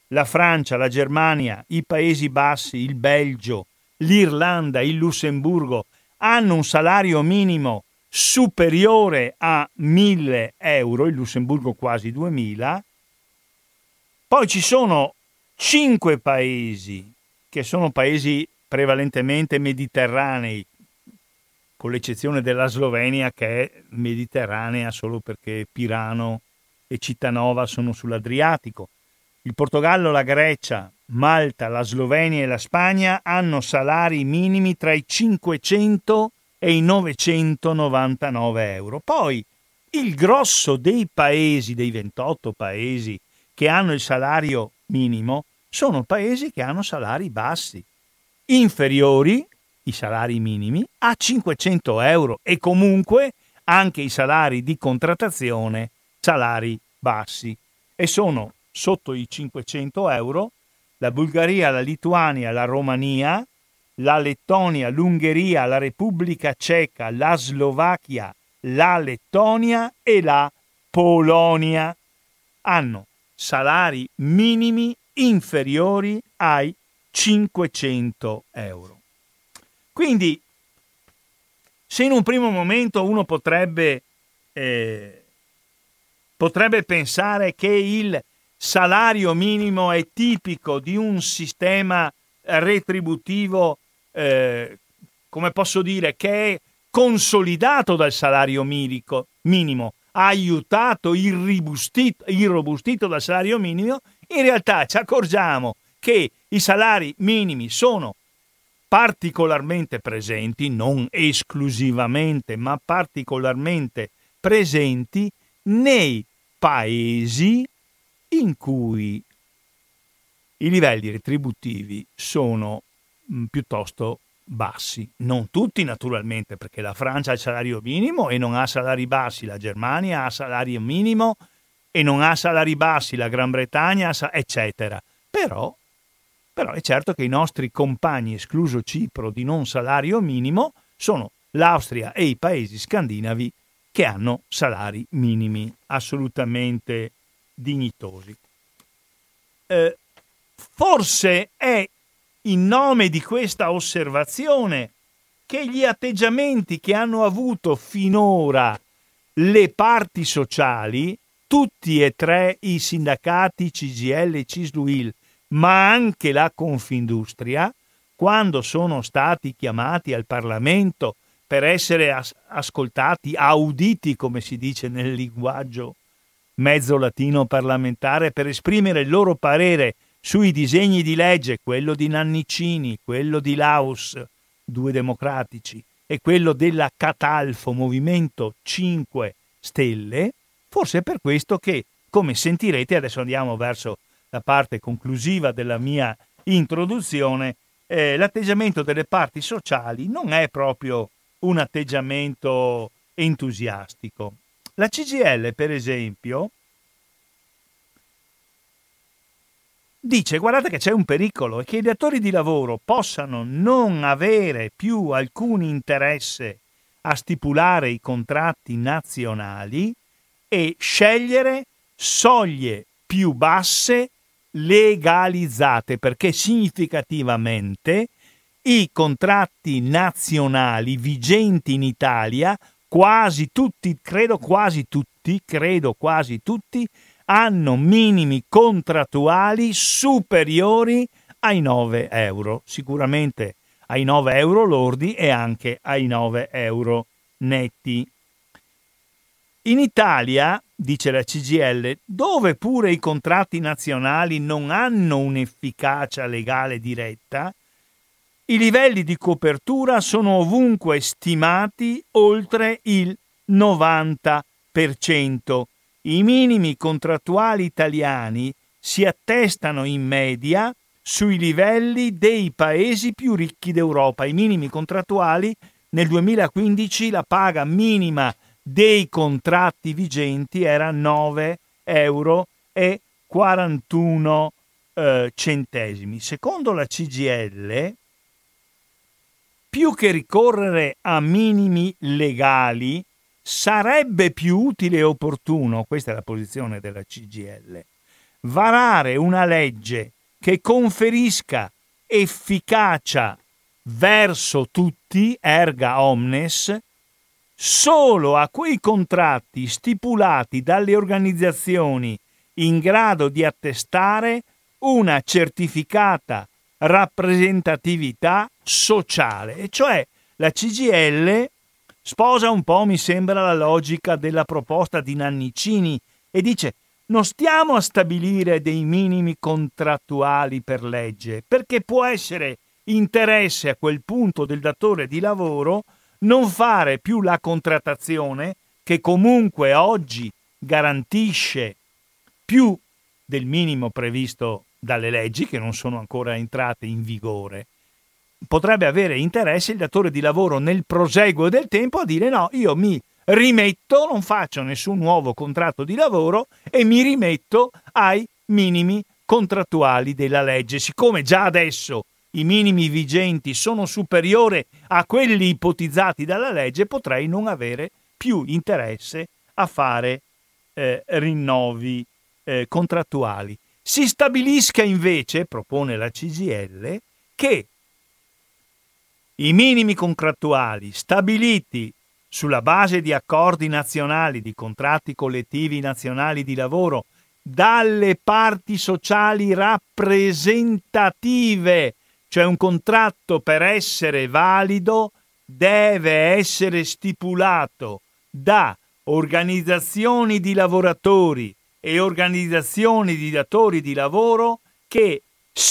la Francia, la Germania, i Paesi Bassi, il Belgio, l'Irlanda, il Lussemburgo hanno un salario minimo superiore a mille euro, il Lussemburgo quasi duemila. Poi ci sono cinque paesi che sono paesi prevalentemente mediterranei, con l'eccezione della Slovenia, che è mediterranea solo perché Pirano e Cittanova sono sull'Adriatico. Il Portogallo, la Grecia, Malta, la Slovenia e la Spagna hanno salari minimi tra i cinquecento e i novecentonovantanove euro. Poi il grosso dei paesi, dei ventotto paesi che hanno il salario minimo, sono paesi che hanno salari bassi, inferiori, i salari minimi, a cinquecento euro, e comunque anche i salari di contrattazione, salari bassi, e sono sotto i cinquecento euro la Bulgaria, la Lituania, la Romania, la Lettonia, l'Ungheria, la Repubblica Ceca, la Slovacchia, la Lettonia e la Polonia. Hanno salari minimi inferiori ai cinquecento euro. Quindi, se in un primo momento uno potrebbe, eh, potrebbe pensare che il salario minimo è tipico di un sistema retributivo, eh, come posso dire, che è consolidato dal salario minimo, minimo aiutato, irrobustito, irrobustito dal salario minimo, in realtà ci accorgiamo che i salari minimi sono particolarmente presenti, non esclusivamente, ma particolarmente presenti nei paesi in cui i livelli retributivi sono mh, piuttosto bassi. Non tutti, naturalmente, perché la Francia ha il salario minimo e non ha salari bassi, la Germania ha salario minimo e non ha salari bassi, la Gran Bretagna, eccetera. Però, però è certo che i nostri compagni, escluso Cipro, di non salario minimo, sono l'Austria e i paesi scandinavi, che hanno salari minimi assolutamente dignitosi. Eh, forse è in nome di questa osservazione che gli atteggiamenti che hanno avuto finora le parti sociali, tutti e tre i sindacati C G I L e C I S L U I L, ma anche la Confindustria, quando sono stati chiamati al Parlamento per essere as- ascoltati, auditi, come si dice nel linguaggio mezzo latino parlamentare, per esprimere il loro parere sui disegni di legge, quello di Nannicini, quello di Laus, due democratici, e quello della Catalfo, Movimento cinque Stelle, forse è per questo che, come sentirete, adesso andiamo verso la parte conclusiva della mia introduzione, eh, l'atteggiamento delle parti sociali non è proprio un atteggiamento entusiastico. La C G I L, per esempio, dice: guardate che c'è un pericolo, e che i datori di lavoro possano non avere più alcun interesse a stipulare i contratti nazionali e scegliere soglie più basse legalizzate, perché significativamente i contratti nazionali vigenti in Italia, quasi tutti, credo quasi tutti, credo quasi tutti, hanno minimi contrattuali superiori ai nove euro, sicuramente ai nove euro lordi e anche ai nove euro netti. In Italia, dice la C G I L, dove pure i contratti nazionali non hanno un'efficacia legale diretta, i livelli di copertura sono ovunque stimati oltre il novanta per cento. I minimi contrattuali italiani si attestano in media sui livelli dei paesi più ricchi d'Europa. I minimi contrattuali nel duemilaquindici, la paga minima dei contratti vigenti era nove euro e quarantuno eh, centesimi. Secondo la C G I L, più che ricorrere a minimi legali, sarebbe più utile e opportuno, questa è la posizione della C G I L, varare una legge che conferisca efficacia verso tutti, erga omnes, solo a quei contratti stipulati dalle organizzazioni in grado di attestare una certificata rappresentatività sociale. E cioè la C G I L sposa un po', mi sembra, la logica della proposta di Nannicini e dice: non stiamo a stabilire dei minimi contrattuali per legge, perché può essere interesse a quel punto del datore di lavoro non fare più la contrattazione, che comunque oggi garantisce più del minimo previsto dalle leggi, che non sono ancora entrate in vigore. Potrebbe avere interesse il datore di lavoro nel proseguo del tempo a dire: no, io mi rimetto, non faccio nessun nuovo contratto di lavoro e mi rimetto ai minimi contrattuali della legge. Siccome già adesso i minimi vigenti sono superiori a quelli ipotizzati dalla legge, potrei non avere più interesse a fare eh, rinnovi eh, contrattuali. Si stabilisca invece, propone la C G I L, che i minimi contrattuali stabiliti sulla base di accordi nazionali, di contratti collettivi nazionali di lavoro, dalle parti sociali rappresentative, cioè un contratto per essere valido deve essere stipulato da organizzazioni di lavoratori e organizzazioni di datori di lavoro che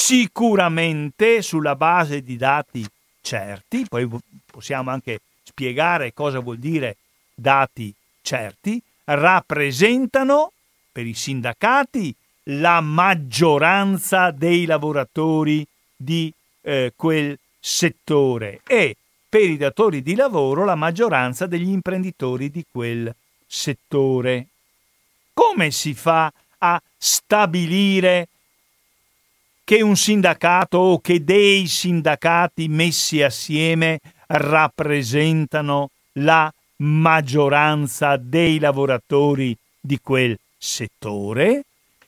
sicuramente sulla base di dati certi, poi possiamo anche spiegare cosa vuol dire dati certi, rappresentano per i sindacati la maggioranza dei lavoratori di eh, quel settore e per i datori di lavoro la maggioranza degli imprenditori di quel settore. Come si fa a stabilire che un sindacato o che dei sindacati messi assieme rappresentano la maggioranza dei lavoratori di quel settore?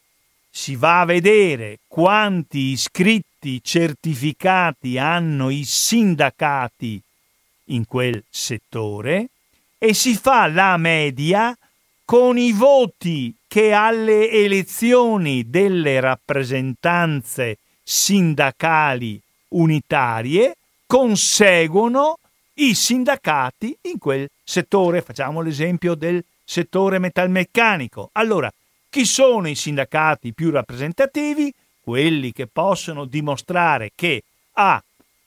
Si va a vedere quanti iscritti certificati hanno i sindacati in quel settore e si fa la media con i voti che alle elezioni delle rappresentanze sindacali unitarie conseguono i sindacati in quel settore. Facciamo l'esempio del settore metalmeccanico. Allora, chi sono i sindacati più rappresentativi? Quelli che possono dimostrare che A.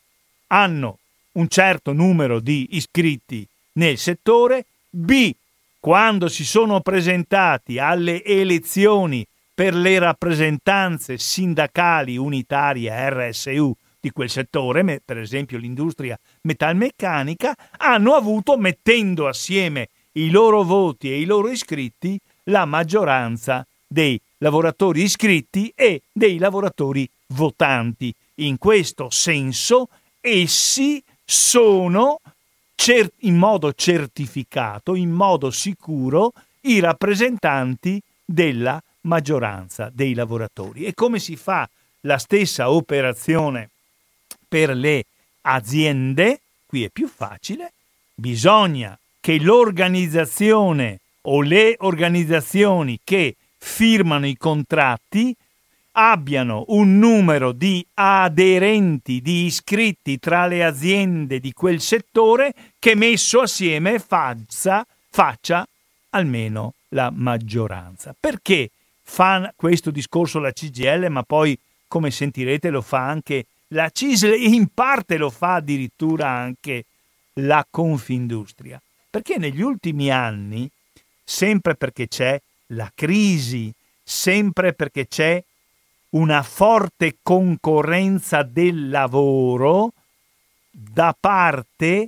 hanno un certo numero di iscritti nel settore, B. quando si sono presentati alle elezioni per le rappresentanze sindacali unitarie R S U di quel settore, per esempio l'industria metalmeccanica, hanno avuto, mettendo assieme i loro voti e i loro iscritti, la maggioranza dei lavoratori iscritti e dei lavoratori votanti. In questo senso essi sono in modo certificato, in modo sicuro, i rappresentanti della maggioranza dei lavoratori. E come si fa la stessa operazione per le aziende? Qui è più facile. Bisogna che l'organizzazione o le organizzazioni che firmano i contratti abbiano un numero di aderenti, di iscritti tra le aziende di quel settore che messo assieme faccia, faccia almeno la maggioranza. Perché fa questo discorso la C G I L, ma poi, come sentirete, lo fa anche la C I S L e in parte lo fa addirittura anche la Confindustria? Perché negli ultimi anni, sempre perché c'è la crisi, sempre perché c'è una forte concorrenza del lavoro da parte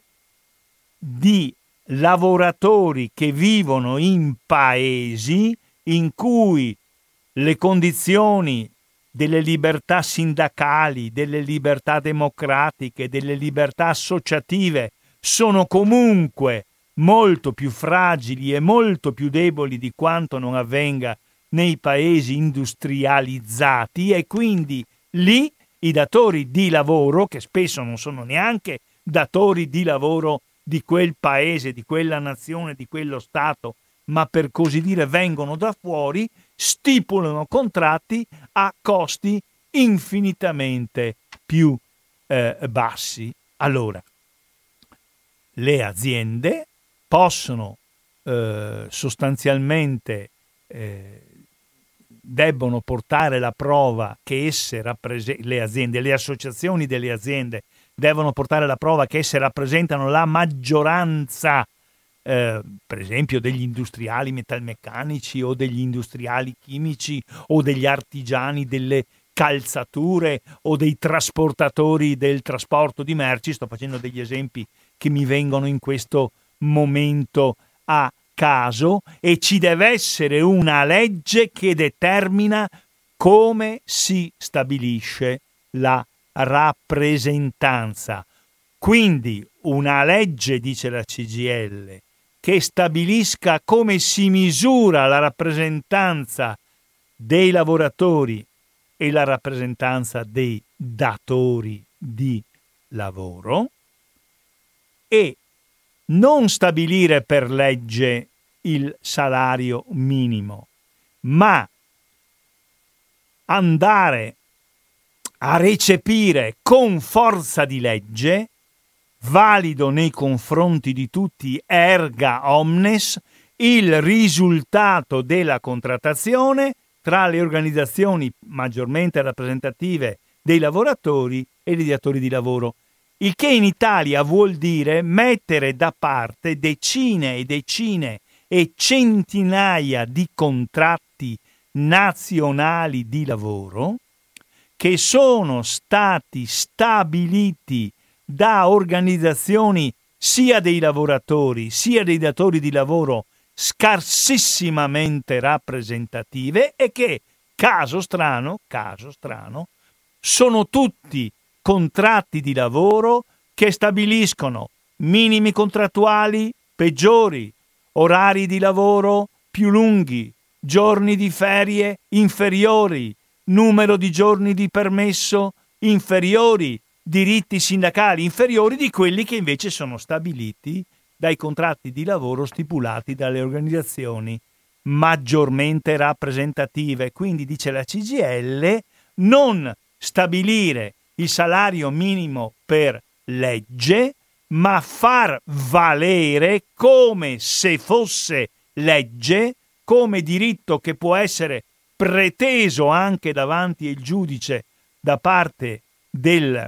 di lavoratori che vivono in paesi in cui le condizioni delle libertà sindacali, delle libertà democratiche, delle libertà associative sono comunque molto più fragili e molto più deboli di quanto non avvenga nei paesi industrializzati, e quindi lì i datori di lavoro, che spesso non sono neanche datori di lavoro di quel paese, di quella nazione, di quello Stato, ma per così dire vengono da fuori, stipulano contratti a costi infinitamente più eh, bassi. Allora, le aziende possono eh, sostanzialmente eh, debbono portare la prova che esse rappresentano, le aziende, le associazioni delle aziende devono portare la prova che esse rappresentano la maggioranza, eh, per esempio degli industriali metalmeccanici o degli industriali chimici o degli artigiani delle calzature o dei trasportatori del trasporto di merci. Sto facendo degli esempi che mi vengono in questo momento a caso, e ci deve essere una legge che determina come si stabilisce la rappresentanza. Quindi una legge, dice la C G I L, che stabilisca come si misura la rappresentanza dei lavoratori e la rappresentanza dei datori di lavoro, e non stabilire per legge il salario minimo, ma andare a recepire con forza di legge, valido nei confronti di tutti erga omnes, il risultato della contrattazione tra le organizzazioni maggiormente rappresentative dei lavoratori e dei datori di lavoro. Il che in Italia vuol dire mettere da parte decine e decine e centinaia di contratti nazionali di lavoro che sono stati stabiliti da organizzazioni sia dei lavoratori sia dei datori di lavoro scarsissimamente rappresentative, e che, caso strano, caso strano, sono tutti contratti di lavoro che stabiliscono minimi contrattuali peggiori, orari di lavoro più lunghi, giorni di ferie inferiori, numero di giorni di permesso inferiori, diritti sindacali inferiori di quelli che invece sono stabiliti dai contratti di lavoro stipulati dalle organizzazioni maggiormente rappresentative. Quindi, dice la C G I L, non stabilire il salario minimo per legge, ma far valere come se fosse legge, come diritto che può essere preteso anche davanti al giudice da parte del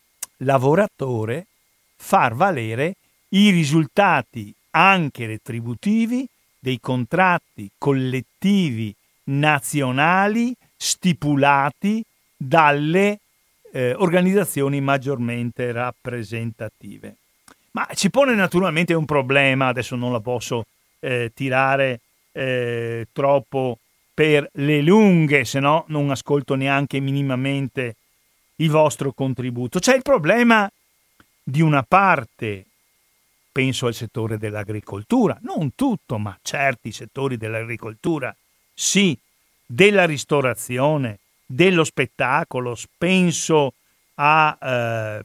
lavoratore, far valere i risultati anche retributivi dei contratti collettivi nazionali stipulati dalle eh, organizzazioni maggiormente rappresentative. Ma ci pone naturalmente un problema, adesso non la posso eh, tirare eh, troppo per le lunghe, se no non ascolto neanche minimamente il vostro contributo. C'è il problema di una parte, penso al settore dell'agricoltura, non tutto, ma certi settori dell'agricoltura, sì, della ristorazione, dello spettacolo, penso a eh,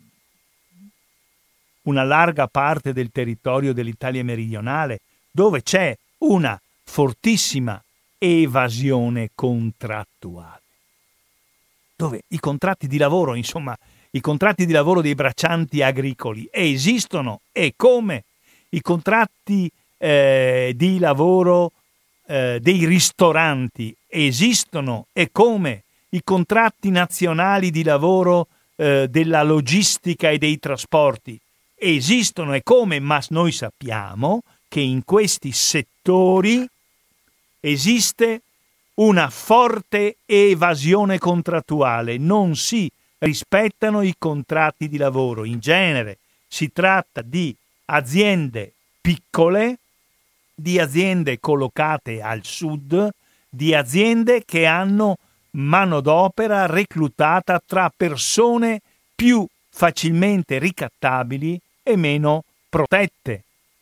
una larga parte del territorio dell'Italia meridionale, dove c'è una fortissima evasione contrattuale, dove i contratti di lavoro, insomma, i contratti di lavoro dei braccianti agricoli esistono, e come i contratti eh, di lavoro eh, dei ristoranti esistono, e come i contratti nazionali di lavoro eh, della logistica e dei trasporti esistono, e come, ma noi sappiamo che in questi settori esiste una forte evasione contrattuale, non si rispettano i contratti di lavoro. In genere si tratta di aziende piccole, di aziende collocate al sud, di aziende che hanno manodopera reclutata tra persone più facilmente ricattabili e meno protette.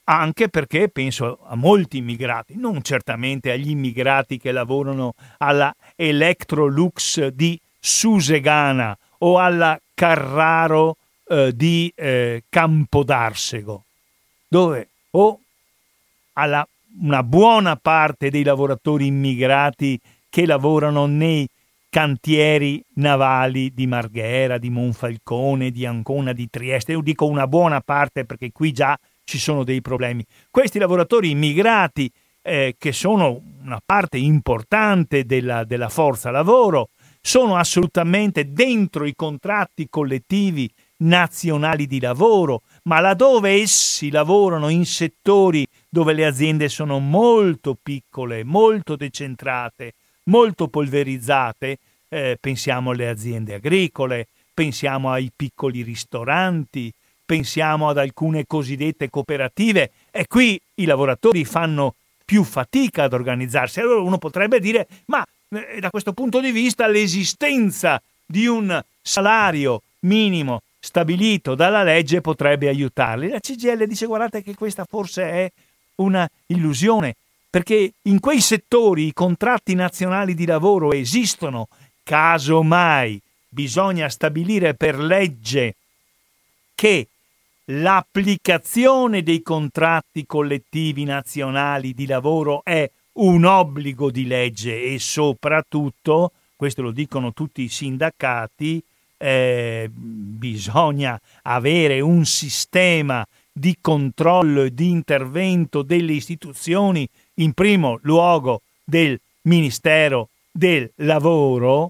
anche perché penso a molti immigrati, non certamente agli immigrati che lavorano alla Electrolux di Susegana o alla Carraro eh, di eh, Campodarsego, dove o alla una buona parte dei lavoratori immigrati che lavorano nei cantieri navali di Marghera, di Monfalcone, di Ancona, di Trieste. Io dico una buona parte perché qui già ci sono dei problemi. Questi lavoratori immigrati, eh, che sono una parte importante della, della forza lavoro, sono assolutamente dentro i contratti collettivi nazionali di lavoro, ma laddove essi lavorano in settori dove le aziende sono molto piccole, molto decentrate, molto polverizzate, eh, pensiamo alle aziende agricole, pensiamo ai piccoli ristoranti, pensiamo ad alcune cosiddette cooperative, e qui i lavoratori fanno più fatica ad organizzarsi. Allora uno potrebbe dire, ma eh, da questo punto di vista l'esistenza di un salario minimo stabilito dalla legge potrebbe aiutarli. La C G I L dice, guardate che questa forse è una illusione, perché in quei settori i contratti nazionali di lavoro esistono, casomai bisogna stabilire per legge che l'applicazione dei contratti collettivi nazionali di lavoro è un obbligo di legge e soprattutto, questo lo dicono tutti i sindacati, eh, bisogna avere un sistema di controllo e di intervento delle istituzioni, in primo luogo del Ministero del Lavoro,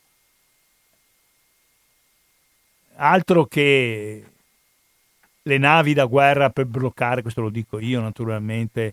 altro che le navi da guerra per bloccare, questo lo dico io naturalmente,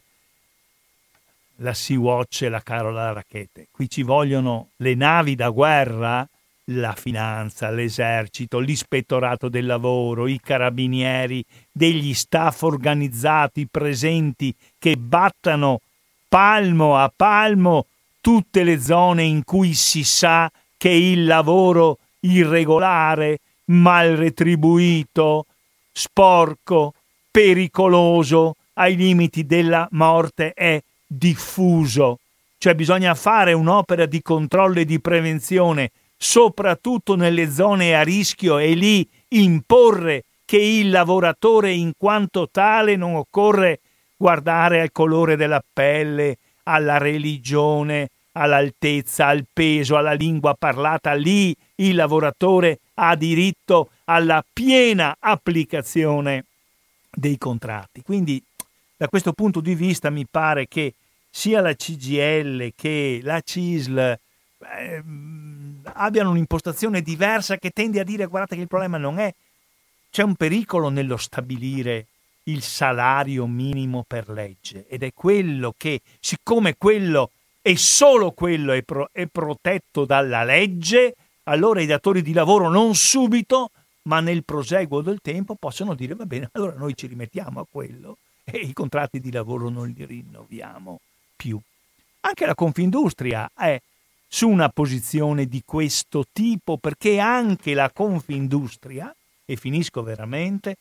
la Sea-Watch e la Carola Rackete. Qui ci vogliono le navi da guerra, la finanza, l'esercito, l'ispettorato del lavoro, i carabinieri, degli staff organizzati presenti che battano palmo a palmo tutte le zone in cui si sa che il lavoro irregolare, mal retribuito, sporco, pericoloso, ai limiti della morte è diffuso. Cioè bisogna fare un'opera di controllo e di prevenzione soprattutto nelle zone a rischio, e lì imporre che il lavoratore in quanto tale non occorre guardare al colore della pelle, alla religione, all'altezza, al peso, alla lingua parlata. Lì il lavoratore ha diritto alla piena applicazione dei contratti. Quindi da questo punto di vista mi pare che sia la C G I L che la C I S L eh, abbiano un'impostazione diversa che tende a dire, guardate che il problema non è, c'è un pericolo nello stabilire il salario minimo per legge, ed è quello che, siccome quello e solo quello è, pro, è protetto dalla legge, allora i datori di lavoro non subito ma nel proseguo del tempo possono dire, va bene, allora noi ci rimettiamo a quello e i contratti di lavoro non li rinnoviamo più. Anche la Confindustria è su una posizione di questo tipo, perché anche la Confindustria, e finisco veramente,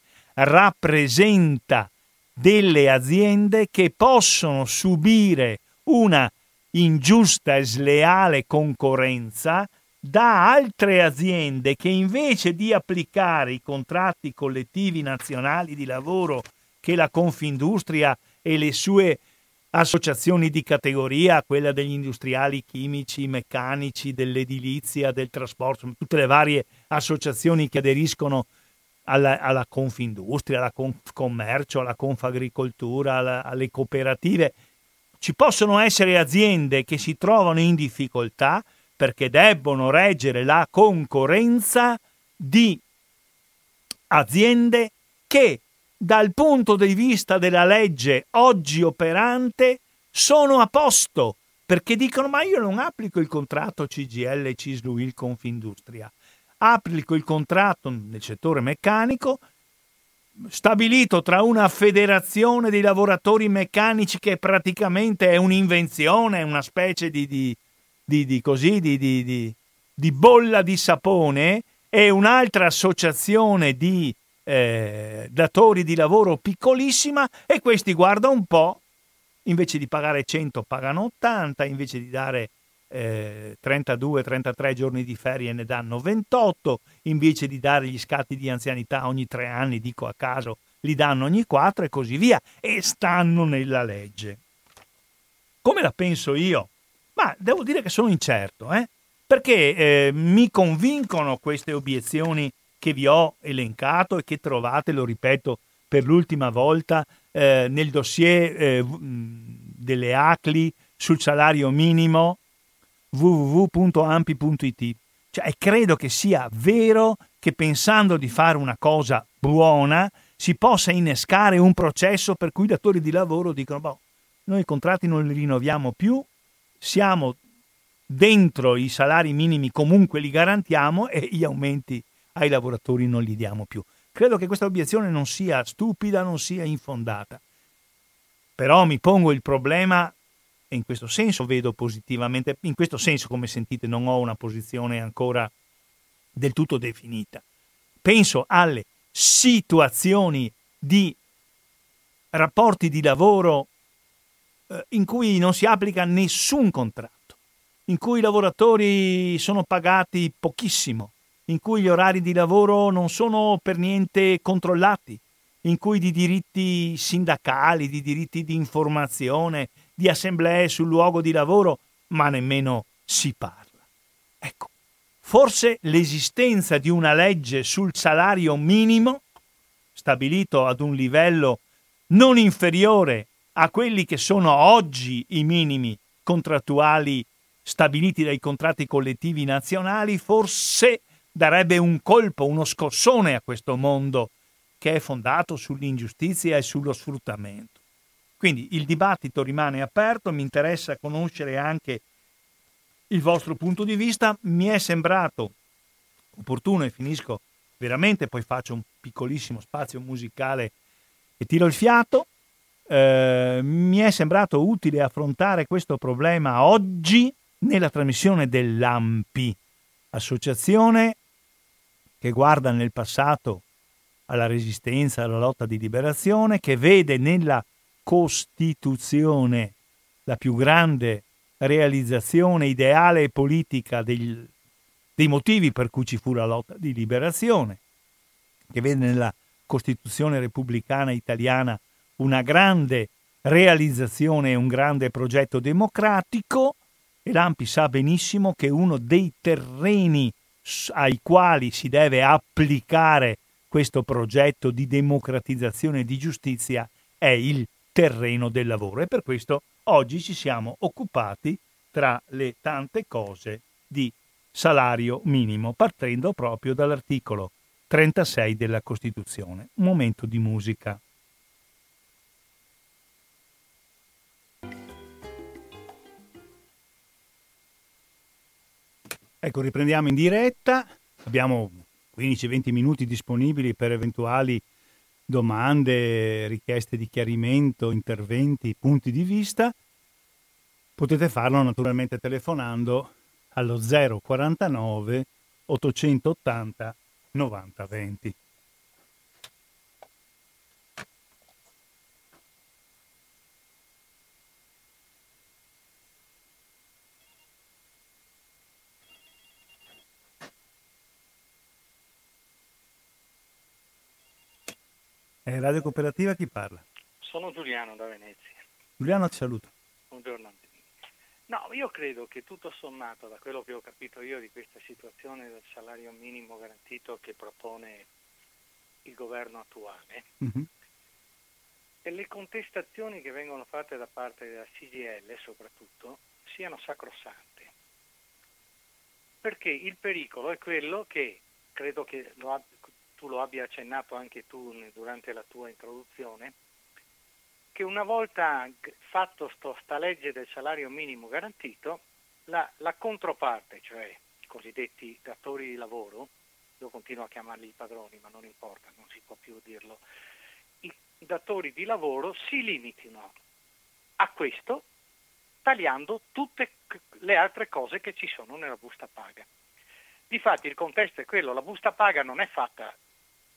rappresenta delle aziende che possono subire una ingiusta e sleale concorrenza da altre aziende che invece di applicare i contratti collettivi nazionali di lavoro che la Confindustria e le sue associazioni di categoria, quella degli industriali chimici, meccanici, dell'edilizia, del trasporto, tutte le varie associazioni che aderiscono alla, alla Confindustria, alla Confcommercio, alla Confagricoltura, alla, alle cooperative. Ci possono essere aziende che si trovano in difficoltà perché debbono reggere la concorrenza di aziende che dal punto di vista della legge oggi operante sono a posto, perché dicono, ma io non applico il contratto C G I L, C I S L, U I L, Confindustria, applico il contratto nel settore meccanico stabilito tra una federazione dei lavoratori meccanici che praticamente è un'invenzione, è una specie di, di, di, di così di, di, di, di bolla di sapone, e un'altra associazione di eh, datori di lavoro piccolissima, e questi, guarda un po', invece di pagare cento pagano ottanta, invece di dare eh, trentadue trentatré giorni di ferie ne danno ventotto, invece di dare gli scatti di anzianità ogni tre anni, dico a caso, li danno ogni quattro, e così via, e stanno nella legge. Come la penso io? Ma devo dire che sono incerto, eh? Perché eh, mi convincono queste obiezioni che vi ho elencato e che trovate, lo ripeto per l'ultima volta, eh, nel dossier eh, delle A C L I sul salario minimo w w w punto ampi punto i t. Cioè, credo che sia vero che pensando di fare una cosa buona si possa innescare un processo per cui i datori di lavoro dicono: boh, noi i contratti non li rinnoviamo più, siamo dentro i salari minimi, comunque li garantiamo, e gli aumenti ai lavoratori non li diamo più. Credo che questa obiezione non sia stupida, non sia infondata. Però mi pongo il problema, e in questo senso vedo positivamente, in questo senso, come sentite, non ho una posizione ancora del tutto definita. Penso alle situazioni di rapporti di lavoro eh, in cui non si applica nessun contratto, in cui i lavoratori sono pagati pochissimo, in cui gli orari di lavoro non sono per niente controllati, in cui di diritti sindacali, di diritti di informazione, di assemblee sul luogo di lavoro, ma nemmeno si parla. Ecco, forse l'esistenza di una legge sul salario minimo, stabilito ad un livello non inferiore a quelli che sono oggi i minimi contrattuali stabiliti dai contratti collettivi nazionali, forse darebbe un colpo, uno scossone a questo mondo che è fondato sull'ingiustizia e sullo sfruttamento. Quindi il dibattito rimane aperto, mi interessa conoscere anche il vostro punto di vista. Mi è sembrato opportuno, e finisco veramente, poi faccio un piccolissimo spazio musicale e tiro il fiato, eh, mi è sembrato utile affrontare questo problema oggi nella trasmissione dell'A M P I, associazione che guarda nel passato alla resistenza, alla lotta di liberazione, che vede nella Costituzione la più grande realizzazione ideale e politica dei, dei motivi per cui ci fu la lotta di liberazione, che vede nella Costituzione repubblicana italiana una grande realizzazione e un grande progetto democratico, e l'A M P I sa benissimo che uno dei terreni ai quali si deve applicare questo progetto di democratizzazione e di giustizia è il terreno del lavoro, e per questo oggi ci siamo occupati, tra le tante cose, di salario minimo, partendo proprio dall'articolo trentasei della Costituzione. Un momento di musica. Ecco, riprendiamo in diretta, abbiamo quindici venti minuti disponibili per eventuali domande, richieste di chiarimento, interventi, punti di vista. Potete farlo naturalmente telefonando allo zero quarantanove ottocentottanta novanta venti. È Radio Cooperativa, chi parla? Sono Giuliano da Venezia. Giuliano, ti saluto. Buongiorno. No, io credo che tutto sommato, da quello che ho capito io di questa situazione del salario minimo garantito che propone il governo attuale, mm-hmm. e le contestazioni che vengono fatte da parte della C G I L soprattutto siano sacrosante. Perché il pericolo è quello che, credo che lo ab- tu lo abbia accennato anche tu durante la tua introduzione, che una volta fatto sto, sta legge del salario minimo garantito, la, la controparte, cioè i cosiddetti datori di lavoro, io continuo a chiamarli i padroni, ma non importa, non si può più dirlo, i datori di lavoro si limitino a questo, tagliando tutte le altre cose che ci sono nella busta paga. Difatti il contesto è quello, la busta paga non è fatta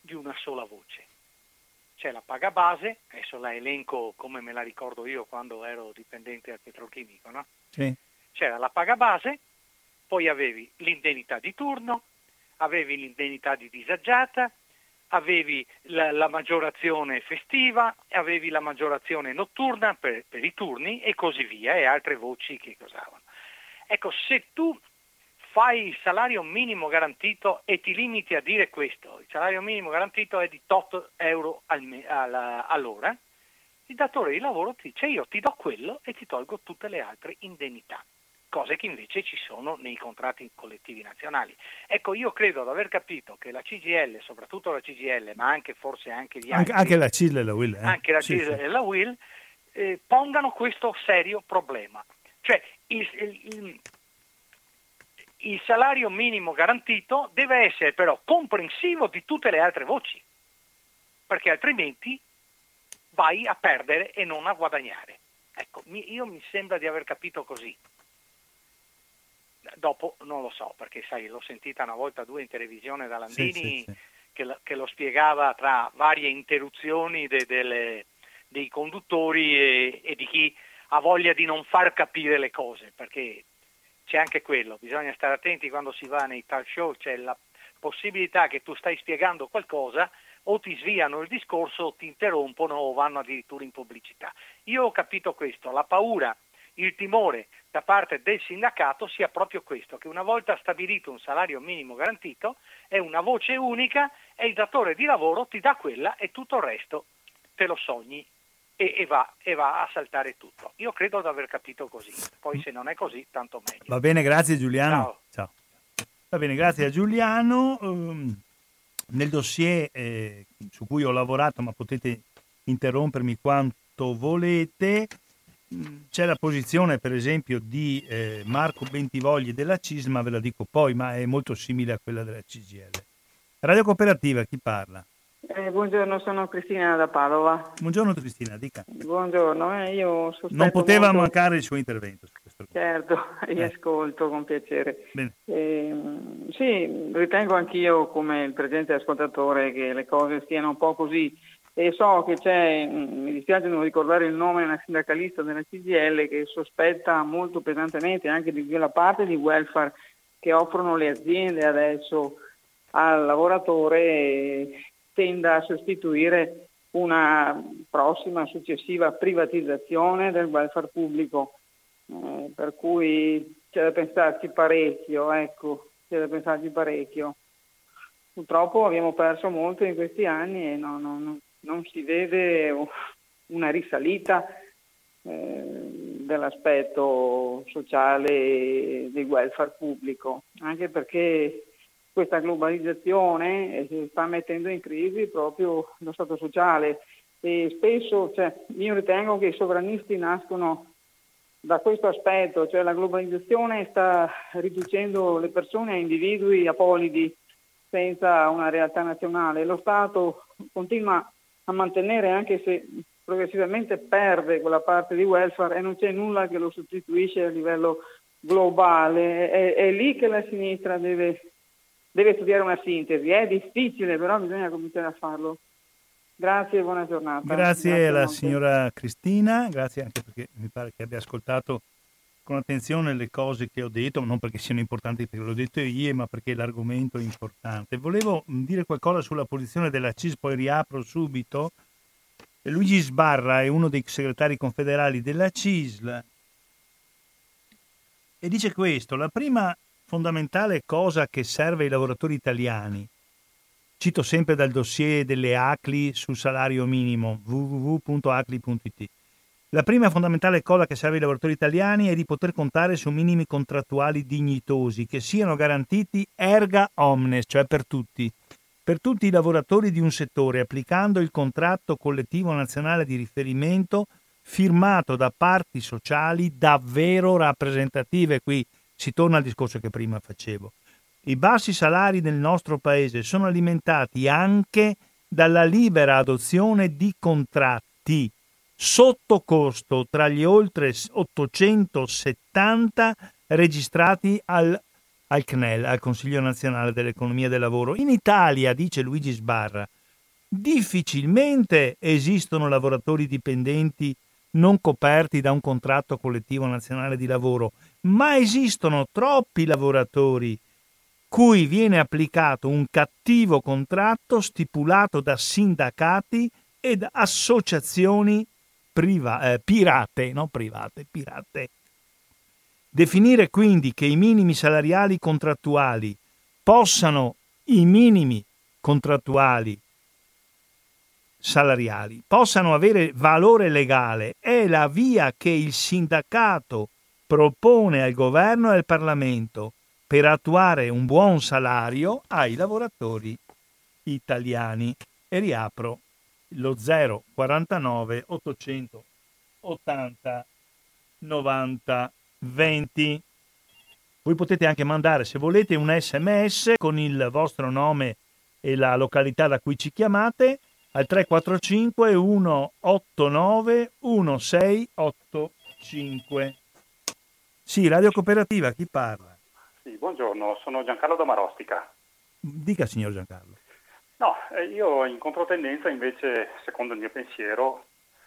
di una sola voce. C'è la paga base, adesso la elenco come me la ricordo io quando ero dipendente al petrolchimico, no? Sì. C'era la paga base, poi avevi l'indennità di turno, avevi l'indennità di disagiata, avevi la, la maggiorazione festiva, avevi la maggiorazione notturna per, per i turni e così via, e altre voci che cosavano. Ecco, se tu fai il salario minimo garantito e ti limiti a dire questo, il salario minimo garantito è di otto euro al me, alla, all'ora, il datore di lavoro ti dice io ti do quello e ti tolgo tutte le altre indennità, cose che invece ci sono nei contratti collettivi nazionali. Ecco, io credo di aver capito che la C G I L, soprattutto la C G I L, ma anche forse anche gli altri, anche, anche la C I S L e la U I L, eh? anche la sì, C I S L sì. e la U I L, eh, pongano questo serio problema. Cioè il, il, il, il salario minimo garantito deve essere però comprensivo di tutte le altre voci, perché altrimenti vai a perdere e non a guadagnare. Ecco, mi, io mi sembra di aver capito così. Dopo non lo so, perché sai, l'ho sentita una volta due in televisione da Landini, sì, sì, sì. Che, lo, che lo spiegava tra varie interruzioni de, delle, dei conduttori e, e di chi ha voglia di non far capire le cose, perché c'è anche quello, bisogna stare attenti quando si va nei talk show, c'è la possibilità che tu stai spiegando qualcosa o ti sviano il discorso o ti interrompono o vanno addirittura in pubblicità. Io ho capito questo, la paura, il timore da parte del sindacato sia proprio questo, che una volta stabilito un salario minimo garantito è una voce unica e il datore di lavoro ti dà quella e tutto il resto te lo sogni e, e, va, e va a saltare tutto. Io credo di aver capito così, poi se non è così tanto meglio. Va bene, grazie Giuliano. Ciao. Ciao. Va bene, grazie a Giuliano. Um, nel dossier eh, su cui ho lavorato, ma potete interrompermi quanto volete, c'è la posizione per esempio di eh, Marco Bentivogli della C I S, ma ve la dico poi, ma è molto simile a quella della C G I L. Radio Cooperativa, chi parla? Eh, buongiorno, sono Cristina da Padova. Buongiorno Cristina, dica. Buongiorno, eh, io sospetto non poteva molto... mancare il suo intervento su questo. Certo, vi eh. ascolto con piacere. Bene. Eh, sì, ritengo anch'io come il presente ascoltatore che le cose stiano un po' così. E so che c'è, mi dispiace non ricordare il nome, una sindacalista della C G I L che sospetta molto pesantemente anche di quella parte di welfare che offrono le aziende adesso al lavoratore e tenda a sostituire una prossima successiva privatizzazione del welfare pubblico, eh, per cui c'è da pensarci parecchio, ecco, c'è da pensarci parecchio. Purtroppo abbiamo perso molto in questi anni e no, no, no. non si vede una risalita eh, dell'aspetto sociale del welfare pubblico, anche perché questa globalizzazione eh, sta mettendo in crisi proprio lo stato sociale e spesso, cioè, io ritengo che i sovranisti nascono da questo aspetto, cioè la globalizzazione sta riducendo le persone a individui apolidi senza una realtà nazionale. Lo Stato continua a mantenere, anche se progressivamente perde quella parte di welfare e non c'è nulla che lo sostituisce a livello globale. È, è lì che la sinistra deve, deve studiare una sintesi. È difficile, però bisogna cominciare a farlo. Grazie e buona giornata. Grazie, Grazie alla molte. signora Cristina, grazie anche perché mi pare che abbia ascoltato con attenzione le cose che ho detto, non perché siano importanti perché l'ho detto io, ma perché l'argomento è importante. Volevo dire qualcosa sulla posizione della C I S, poi riapro subito. Luigi Sbarra è uno dei segretari confederali della C I S L e dice questo: la prima fondamentale cosa che serve ai lavoratori italiani, cito sempre dal dossier delle A C L I sul salario minimo, w w w punto a c l i punto i t, la prima fondamentale cosa che serve ai lavoratori italiani è di poter contare su minimi contrattuali dignitosi che siano garantiti erga omnes, cioè per tutti, per tutti i lavoratori di un settore, applicando il contratto collettivo nazionale di riferimento firmato da parti sociali davvero rappresentative. Qui si torna al discorso che prima facevo. I bassi salari del nostro paese sono alimentati anche dalla libera adozione di contratti sotto costo tra gli oltre ottocentosettanta registrati al, al C N E L, al Consiglio Nazionale dell'Economia e del Lavoro. In Italia, dice Luigi Sbarra, difficilmente esistono lavoratori dipendenti non coperti da un contratto collettivo nazionale di lavoro, ma esistono troppi lavoratori cui viene applicato un cattivo contratto stipulato da sindacati ed associazioni priva- eh, pirate, non private, pirate. Definire quindi che i minimi salariali contrattuali possano, i minimi contrattuali salariali possano avere valore legale è la via che il sindacato propone al governo e al Parlamento per attuare un buon salario ai lavoratori italiani. E riapro lo zero quarantanove ottocentottanta novanta venti. Voi potete anche mandare, se volete, un sms con il vostro nome e la località da cui ci chiamate al tre quattro cinque uno otto nove uno sei otto cinque. Sì, Radio Cooperativa, chi parla? Sì, buongiorno, sono Giancarlo da Marostica. Dica, signor Giancarlo. No, eh, io in controtendenza invece, secondo il mio pensiero,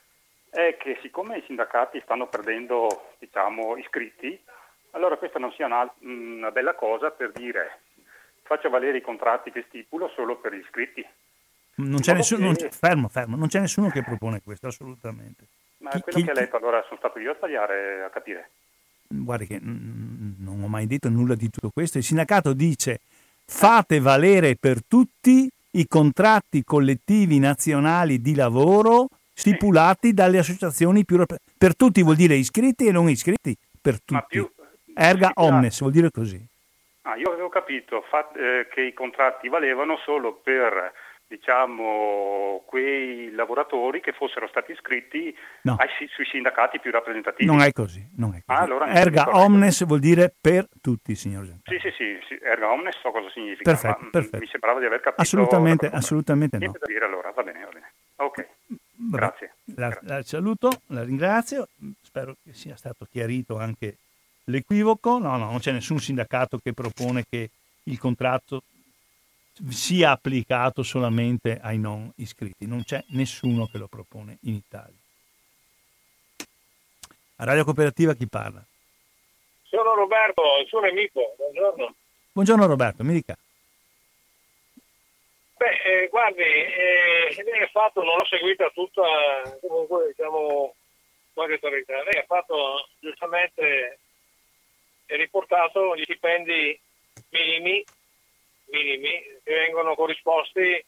è che siccome i sindacati stanno perdendo, diciamo, iscritti, allora questa non sia una, una bella cosa per dire faccio valere i contratti che stipulo solo per gli iscritti. Non c'è nessuno, che... non c'è, fermo, fermo, non c'è nessuno che propone questo, assolutamente. Ma chi, quello chi, che ha letto allora sono stato io a sbagliare a capire. Guardi che mm, non ho mai detto nulla di tutto questo. Il sindacato dice fate valere per tutti i contratti collettivi nazionali di lavoro stipulati dalle associazioni più... Per tutti vuol dire iscritti e non iscritti, per tutti. Ma più... Erga stipulati. Omnes vuol dire così. Ah, io avevo capito fat, eh, che i contratti valevano solo per, diciamo, quei lavoratori che fossero stati iscritti no. ai, sui sindacati più rappresentativi. Non è così. Non è così. Ah, allora erga omnes vuol dire per tutti, signor Giancarlo. Sì, sì, sì, sì, erga omnes so cosa significa, perfetto, ma perfetto. mi sembrava di aver capito. Assolutamente, assolutamente no. Niente da dire allora, va bene, va bene. Ok, Vabbè, grazie. La, grazie. la saluto, la ringrazio, spero che sia stato chiarito anche l'equivoco. No, no, non c'è nessun sindacato che propone che il contratto sia applicato solamente ai non iscritti. Non c'è nessuno che lo propone in Italia. A Radio Cooperativa chi parla? Sono Roberto, il suo nemico. Buongiorno. Buongiorno Roberto, mi dica. Beh, eh, guardi, eh, lei ha fatto, non l'ho seguita tutta, comunque diciamo qualche autorità. Lei ha fatto giustamente e riportato gli stipendi minimi, minimi che vengono corrisposti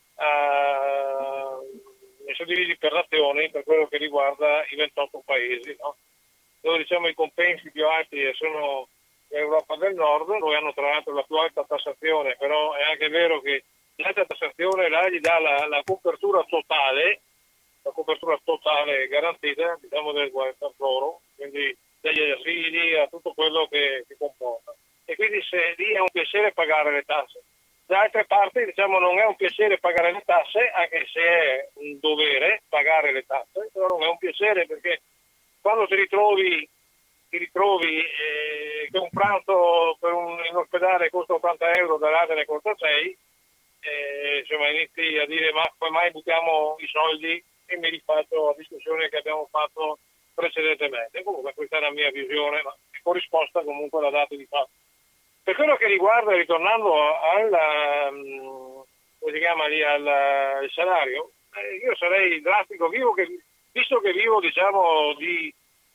a suddivisi per nazioni per quello che riguarda i ventotto paesi, no? Dove diciamo i compensi più alti sono l'Europa del Nord, dove hanno tra l'altro la più alta tassazione, però è anche vero che l'alta tassazione là gli dà la, la copertura totale, la copertura totale garantita, diciamo, del welfare loro, quindi dagli asili a tutto quello che, che comporta. E quindi se lì è un piacere pagare le tasse. Da altre parti, diciamo, non è un piacere pagare le tasse, anche se è un dovere pagare le tasse, però non è un piacere perché quando ti ritrovi, ti ritrovi eh, che un pranzo per un, in ospedale costa ottanta euro, dall'altra ne costa sei, eh, insomma inizi a dire ma come mai buttiamo i soldi, e mi rifaccio la discussione che abbiamo fatto precedentemente. Comunque questa è la mia visione, ma corrisposta comunque alla data di fatto. Per quello che riguarda, ritornando al, um, come si chiama lì, al, al salario, eh, io sarei drastico, vivo che, visto che vivo, diciamo, di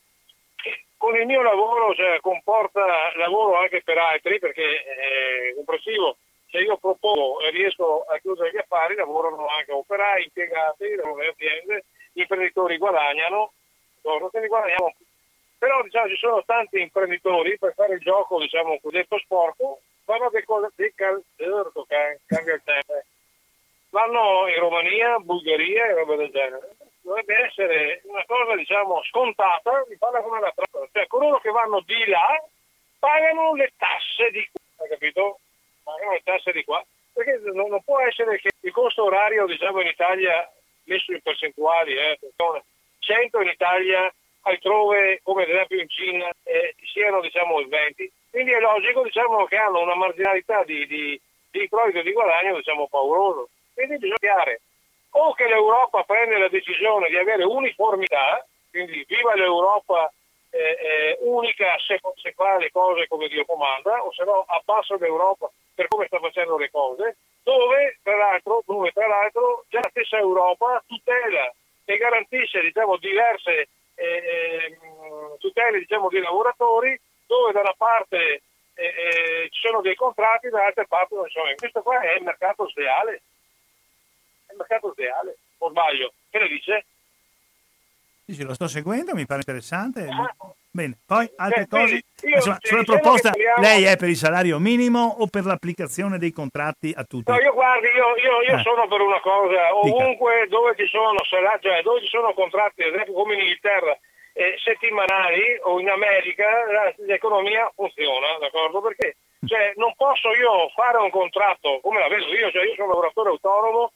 con il mio lavoro, cioè comporta lavoro anche per altri, perché è comprensivo, se io propongo e riesco a chiudere gli affari, lavorano anche operai, impiegati, lavorano in aziende, gli imprenditori guadagnano, loro che ne guadagniamo. Però diciamo ci sono tanti imprenditori per fare il gioco, diciamo, cosiddetto sporco, vanno che cosa cambia il tempo. Vanno in Romania, Bulgaria e roba del genere. Dovrebbe essere una cosa, diciamo, scontata di farla come la tratta. Cioè coloro che vanno di là pagano le tasse di qua, hai capito? Pagano le tasse di qua. Perché non, non può essere che il costo orario, diciamo, in Italia, messo in percentuali, eh, cento in Italia, altrove, come ad esempio in Cina, eh, siano, diciamo, il venti. Quindi è logico, diciamo, che hanno una marginalità di, di, di introito e di guadagno, diciamo, pauroso. Quindi bisogna chiare. o che l'Europa prende la decisione di avere uniformità, quindi viva l'Europa eh, eh, unica se, se fa le cose come Dio comanda, o se no abbassa l'Europa per come sta facendo le cose, dove tra l'altro, dove, tra l'altro già la stessa Europa tutela e garantisce diciamo, diverse eh, eh, tutele diciamo, dei lavoratori, dove da una parte eh, eh, ci sono dei contratti, dall'altra parte non sono. Questo qua è il mercato sleale. È il mercato sleale, o sbaglio? Che ne dice? Sì, sì, lo sto seguendo, mi pare interessante. Ah. Bene, poi altre eh, cose. Io, Insomma, sulla diciamo proposta, parliamo... lei è per il salario minimo o per l'applicazione dei contratti a tutti? No, io guardi, io, io, io eh. sono per una cosa, ovunque Dica. dove ci sono salari, cioè dove ci sono contratti, ad esempio come in Inghilterra, eh, settimanali o in America, la, l'economia funziona, d'accordo? Perché cioè, non posso io fare un contratto come la vedo io, cioè io sono lavoratore autonomo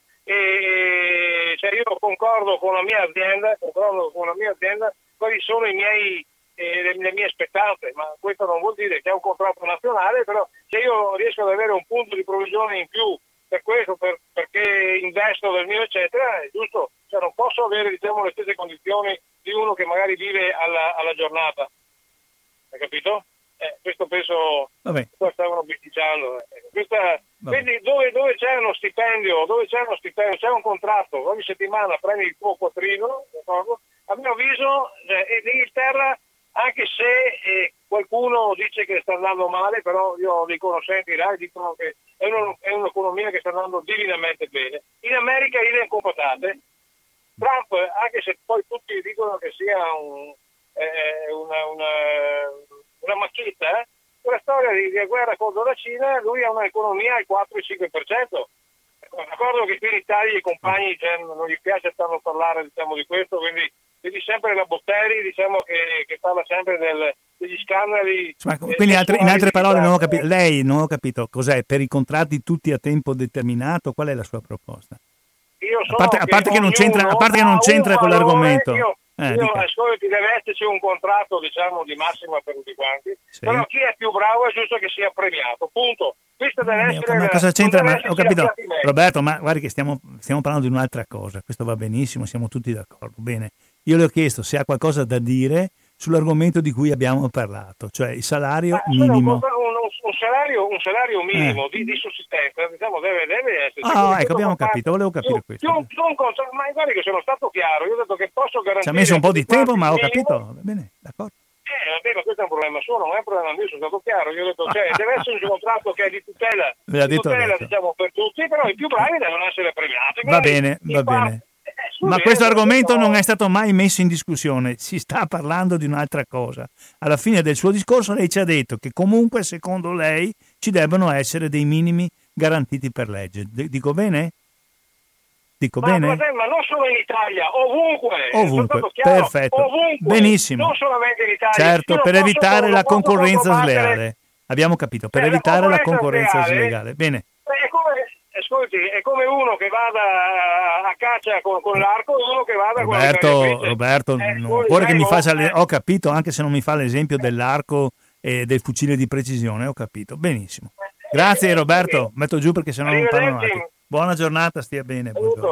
e cioè io concordo con la mia azienda, concordo con la mia azienda quali sono i miei eh, le, le mie aspettanze, ma questo non vuol dire che è un contratto nazionale, però se io riesco ad avere un punto di provvigione in più per questo, per, perché investo del mio eccetera, è giusto, cioè non posso avere diciamo le stesse condizioni di uno che magari vive alla, alla giornata, hai capito? Eh, questo penso questo stavano bisticciando. Questa, quindi dove, dove c'è uno stipendio, dove c'è uno stipendio, c'è un contratto, ogni settimana prendi il tuo quattrino, d'accordo? A mio avviso eh, in Inghilterra, anche se eh, qualcuno dice che sta andando male, però io ho dei conoscenti là e dicono che è, uno, è un'economia che sta andando divinamente bene. In America idem con patate. Trump, anche se poi tutti dicono che sia un, eh, una, una, una macchietta, eh? Quella storia di, di guerra contro la Cina, lui ha un'economia al quattro cinque per cento. D'accordo che qui in Italia i compagni cioè, non gli piace tanto parlare diciamo, di questo, quindi vedi sempre la Botteri diciamo, che, che parla sempre del, degli scandali. Ma, quindi eh, altre, in altre parole non ho capito, lei non ho capito cos'è, per i contratti tutti a tempo determinato, qual è la sua proposta? Io a parte, a parte che, che non c'entra, a parte che non c'entra con l'argomento. Io, eh, io ascolti, deve esserci un contratto diciamo di massima per tutti quanti, sì. Però chi è più bravo è giusto che sia premiato, punto. Questo deve ma essere ma cosa c'entra? Ma, ho capito, Roberto, ma guardi che stiamo, stiamo parlando di un'altra cosa, questo va benissimo, siamo tutti d'accordo. Bene, io le ho chiesto se ha qualcosa da dire sull'argomento di cui abbiamo parlato, cioè il salario ma minimo. Un, un, un, salario, un salario minimo eh. di, di sussistenza, diciamo, deve, deve essere. Ah, ecco, abbiamo capito, volevo capire io, questo. Io, io, ma guardi che sono stato chiaro, io ho detto che posso garantire. Ci ha messo un po' di tempo, ma ho capito, va bene, d'accordo. Eh, vabbè, ma questo è un problema suo, non è un problema mio, sono stato chiaro. Io ho detto, cioè, deve essere un contratto che è di tutela, di detto, tutela diciamo, per tutti, però i più bravi devono essere premiati. Va bene, va bene. Eh, ma questo argomento no. non è stato mai messo in discussione, si sta parlando di un'altra cosa. Alla fine del suo discorso lei ci ha detto che comunque, secondo lei, ci devono essere dei minimi garantiti per legge. D- dico bene? Dico ma, bene? Ma non solo in Italia, ovunque. Ovunque, perfetto. Ovunque, benissimo. Non solamente in Italia. Certo, per evitare la concorrenza sleale. Abbiamo capito, per eh, evitare la, la concorrenza sleale. Bene. È come, ascolti, è come uno che vada a caccia con, con l'arco e uno che vada Roberto, con la Roberto, eh, non occorre che mi faccia le... ho capito, anche se non mi fa l'esempio dell'arco e del fucile di precisione, ho capito. Benissimo. Grazie Roberto, metto giù perché sennò non parlano altri. Buona giornata, stia bene.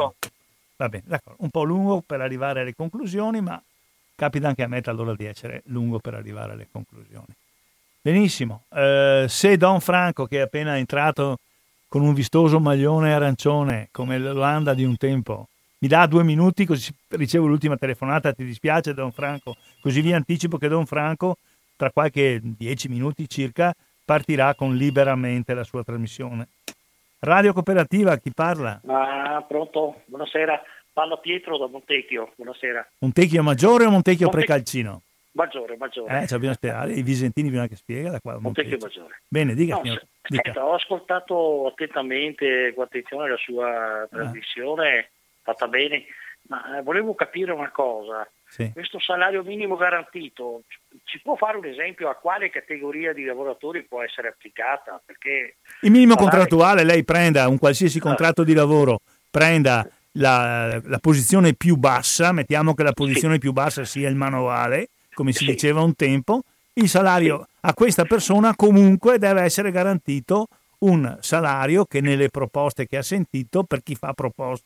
Va bene, d'accordo. Un po' lungo per arrivare alle conclusioni, ma capita anche a me talora di essere lungo per arrivare alle conclusioni. Benissimo. Eh, se Don Franco, che è appena entrato con un vistoso maglione arancione come l'Olanda di un tempo, mi dà due minuti così ricevo l'ultima telefonata, ti dispiace Don Franco? Così vi anticipo che Don Franco tra qualche dieci minuti circa partirà con Liberamente la sua trasmissione. Radio Cooperativa, chi parla? Ah, pronto, buonasera, parla Pietro da Montecchio, buonasera. Montecchio Maggiore o Montecchio Monte... Precalcino? Maggiore, Maggiore. Eh, bisogna spiegare, i visentini bisogna che spiega da qua. Montecchio Maggiore. Bene, dica. No, signor, dica. Aspetta, ho ascoltato attentamente con attenzione la sua trasmissione, ah. fatta bene, ma volevo capire una cosa. Sì. Questo salario minimo garantito, ci può fare un esempio a quale categoria di lavoratori può essere applicata? Perché il minimo salario... contrattuale, lei prenda un qualsiasi contratto ah. di lavoro, prenda la, la posizione più bassa, mettiamo che la posizione sì. più bassa sia il manuale, come si sì. diceva un tempo, il salario sì. a questa persona comunque deve essere garantito un salario che nelle proposte che ha sentito, per chi fa proposte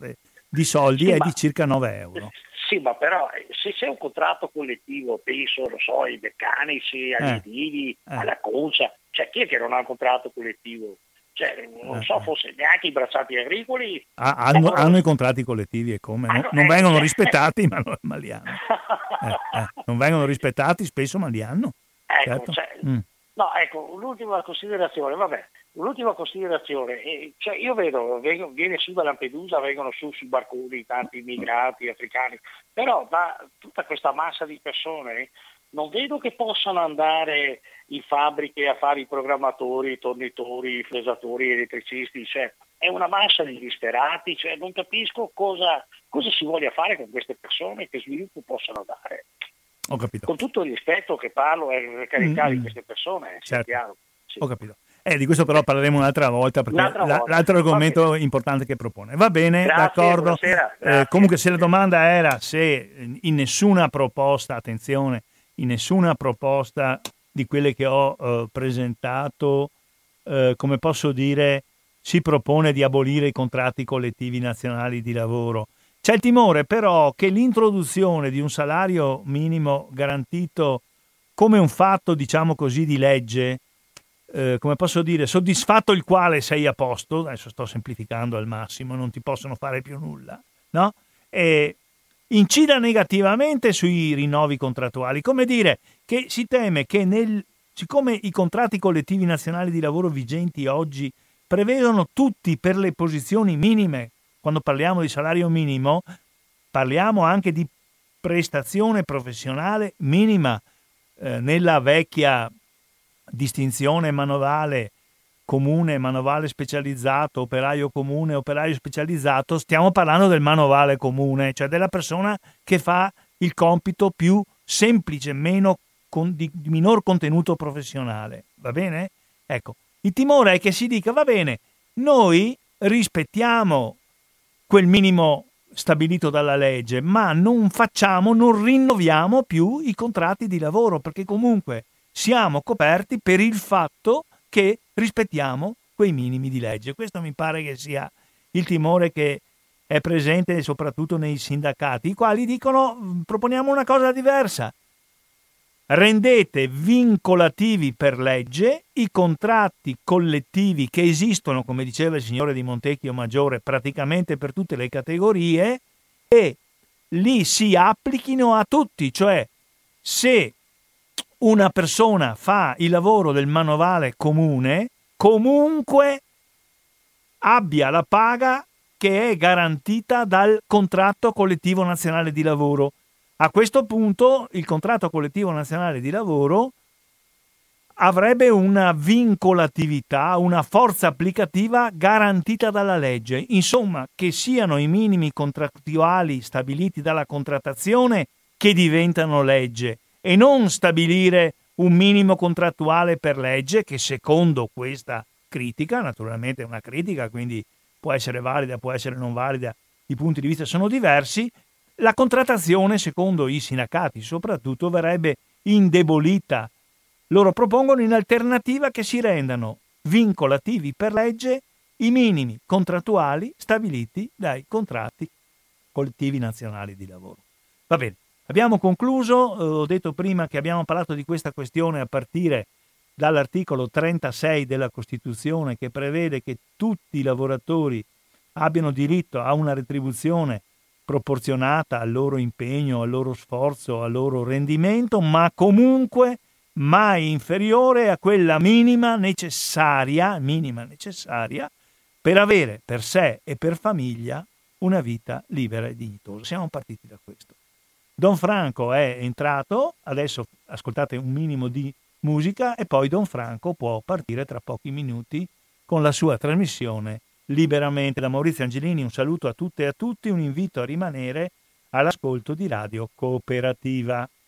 di soldi sì, è ma, di circa nove euro. Sì, ma però se c'è un contratto collettivo, penso, lo so, ai meccanici, agli Eh, edili, eh. alla Concia, cioè chi è che non ha un contratto collettivo? Cioè, non Eh, so, eh. forse neanche i bracciati agricoli. Ah, hanno, Loro- hanno i contratti collettivi e come? Non, Hanno- non eh, vengono cioè- rispettati, ma, lo- ma li hanno. Eh, eh, non vengono rispettati spesso, ma li hanno. Ecco, Certo. cioè, Mm. no, ecco, l'ultima considerazione, vabbè, l'ultima considerazione, eh, cioè io vedo, vengo- viene su da Lampedusa, vengono su sui barconi tanti immigrati africani, però da tutta questa massa di persone non vedo che possano andare in fabbriche a fare i programmatori, i tornitori, i fresatori, gli elettricisti, cioè è una massa di disperati, cioè non capisco cosa, cosa si voglia fare con queste persone, che sviluppo possono dare. Ho capito. Con tutto il rispetto che parlo e per carità Mm, di mm. queste persone, sia Certo. chiaro. Sì. Ho capito. Eh, di questo però parleremo un'altra volta, perché Un'altra la- volta. l'altro Va argomento bene. importante che propone. Va bene, Grazie, d'accordo. buonasera. Eh, Grazie. comunque se la domanda era se in nessuna proposta, attenzione, in nessuna proposta di quelle che ho eh, presentato, eh, come posso dire, si propone di abolire i contratti collettivi nazionali di lavoro. C'è il timore però che l'introduzione di un salario minimo garantito come un fatto, diciamo così, di legge, eh, come posso dire, soddisfatto il quale sei a posto, adesso sto semplificando al massimo, non ti possono fare più nulla, no? E incida negativamente sui rinnovi contrattuali, come dire che si teme che nel, siccome i contratti collettivi nazionali di lavoro vigenti oggi prevedono tutti per le posizioni minime, quando parliamo di salario minimo, parliamo anche di prestazione professionale minima, eh, nella vecchia distinzione manovale comune, manovale specializzato, operaio comune, operaio specializzato, stiamo parlando del manovale comune, cioè della persona che fa il compito più semplice, meno con, di, di minor contenuto professionale, va bene? Ecco, il timore è che si dica, va bene, noi rispettiamo quel minimo stabilito dalla legge, ma non facciamo, non rinnoviamo più i contratti di lavoro, perché comunque siamo coperti per il fatto che rispettiamo quei minimi di legge. Questo mi pare che sia il timore che è presente soprattutto nei sindacati, i quali dicono proponiamo una cosa diversa. Rendete vincolativi per legge i contratti collettivi che esistono, come diceva il signore di Montecchio Maggiore, praticamente per tutte le categorie, e li si applichino a tutti, cioè se una persona fa il lavoro del manovale comune, comunque abbia la paga che è garantita dal contratto collettivo nazionale di lavoro. A questo punto il contratto collettivo nazionale di lavoro avrebbe una vincolatività, una forza applicativa garantita dalla legge. Insomma, che siano i minimi contrattuali stabiliti dalla contrattazione che diventano legge, e non stabilire un minimo contrattuale per legge che, secondo questa critica, naturalmente è una critica, quindi può essere valida, può essere non valida, i punti di vista sono diversi, la contrattazione, secondo i sindacati soprattutto, verrebbe indebolita. Loro propongono in alternativa che si rendano vincolativi per legge i minimi contrattuali stabiliti dai contratti collettivi nazionali di lavoro. Va bene. Abbiamo concluso, eh, ho detto prima che abbiamo parlato di questa questione a partire dall'articolo trentasei della Costituzione, che prevede che tutti i lavoratori abbiano diritto a una retribuzione proporzionata al loro impegno, al loro sforzo, al loro rendimento, ma comunque mai inferiore a quella minima necessaria, minima necessaria per avere per sé e per famiglia una vita libera e dignitosa. Siamo partiti da questo. Don Franco è entrato, adesso ascoltate un minimo di musica e poi Don Franco può partire tra pochi minuti con la sua trasmissione Liberamente. Da Maurizio Angelini un saluto a tutte e a tutti, un invito a rimanere all'ascolto di Radio Cooperativa.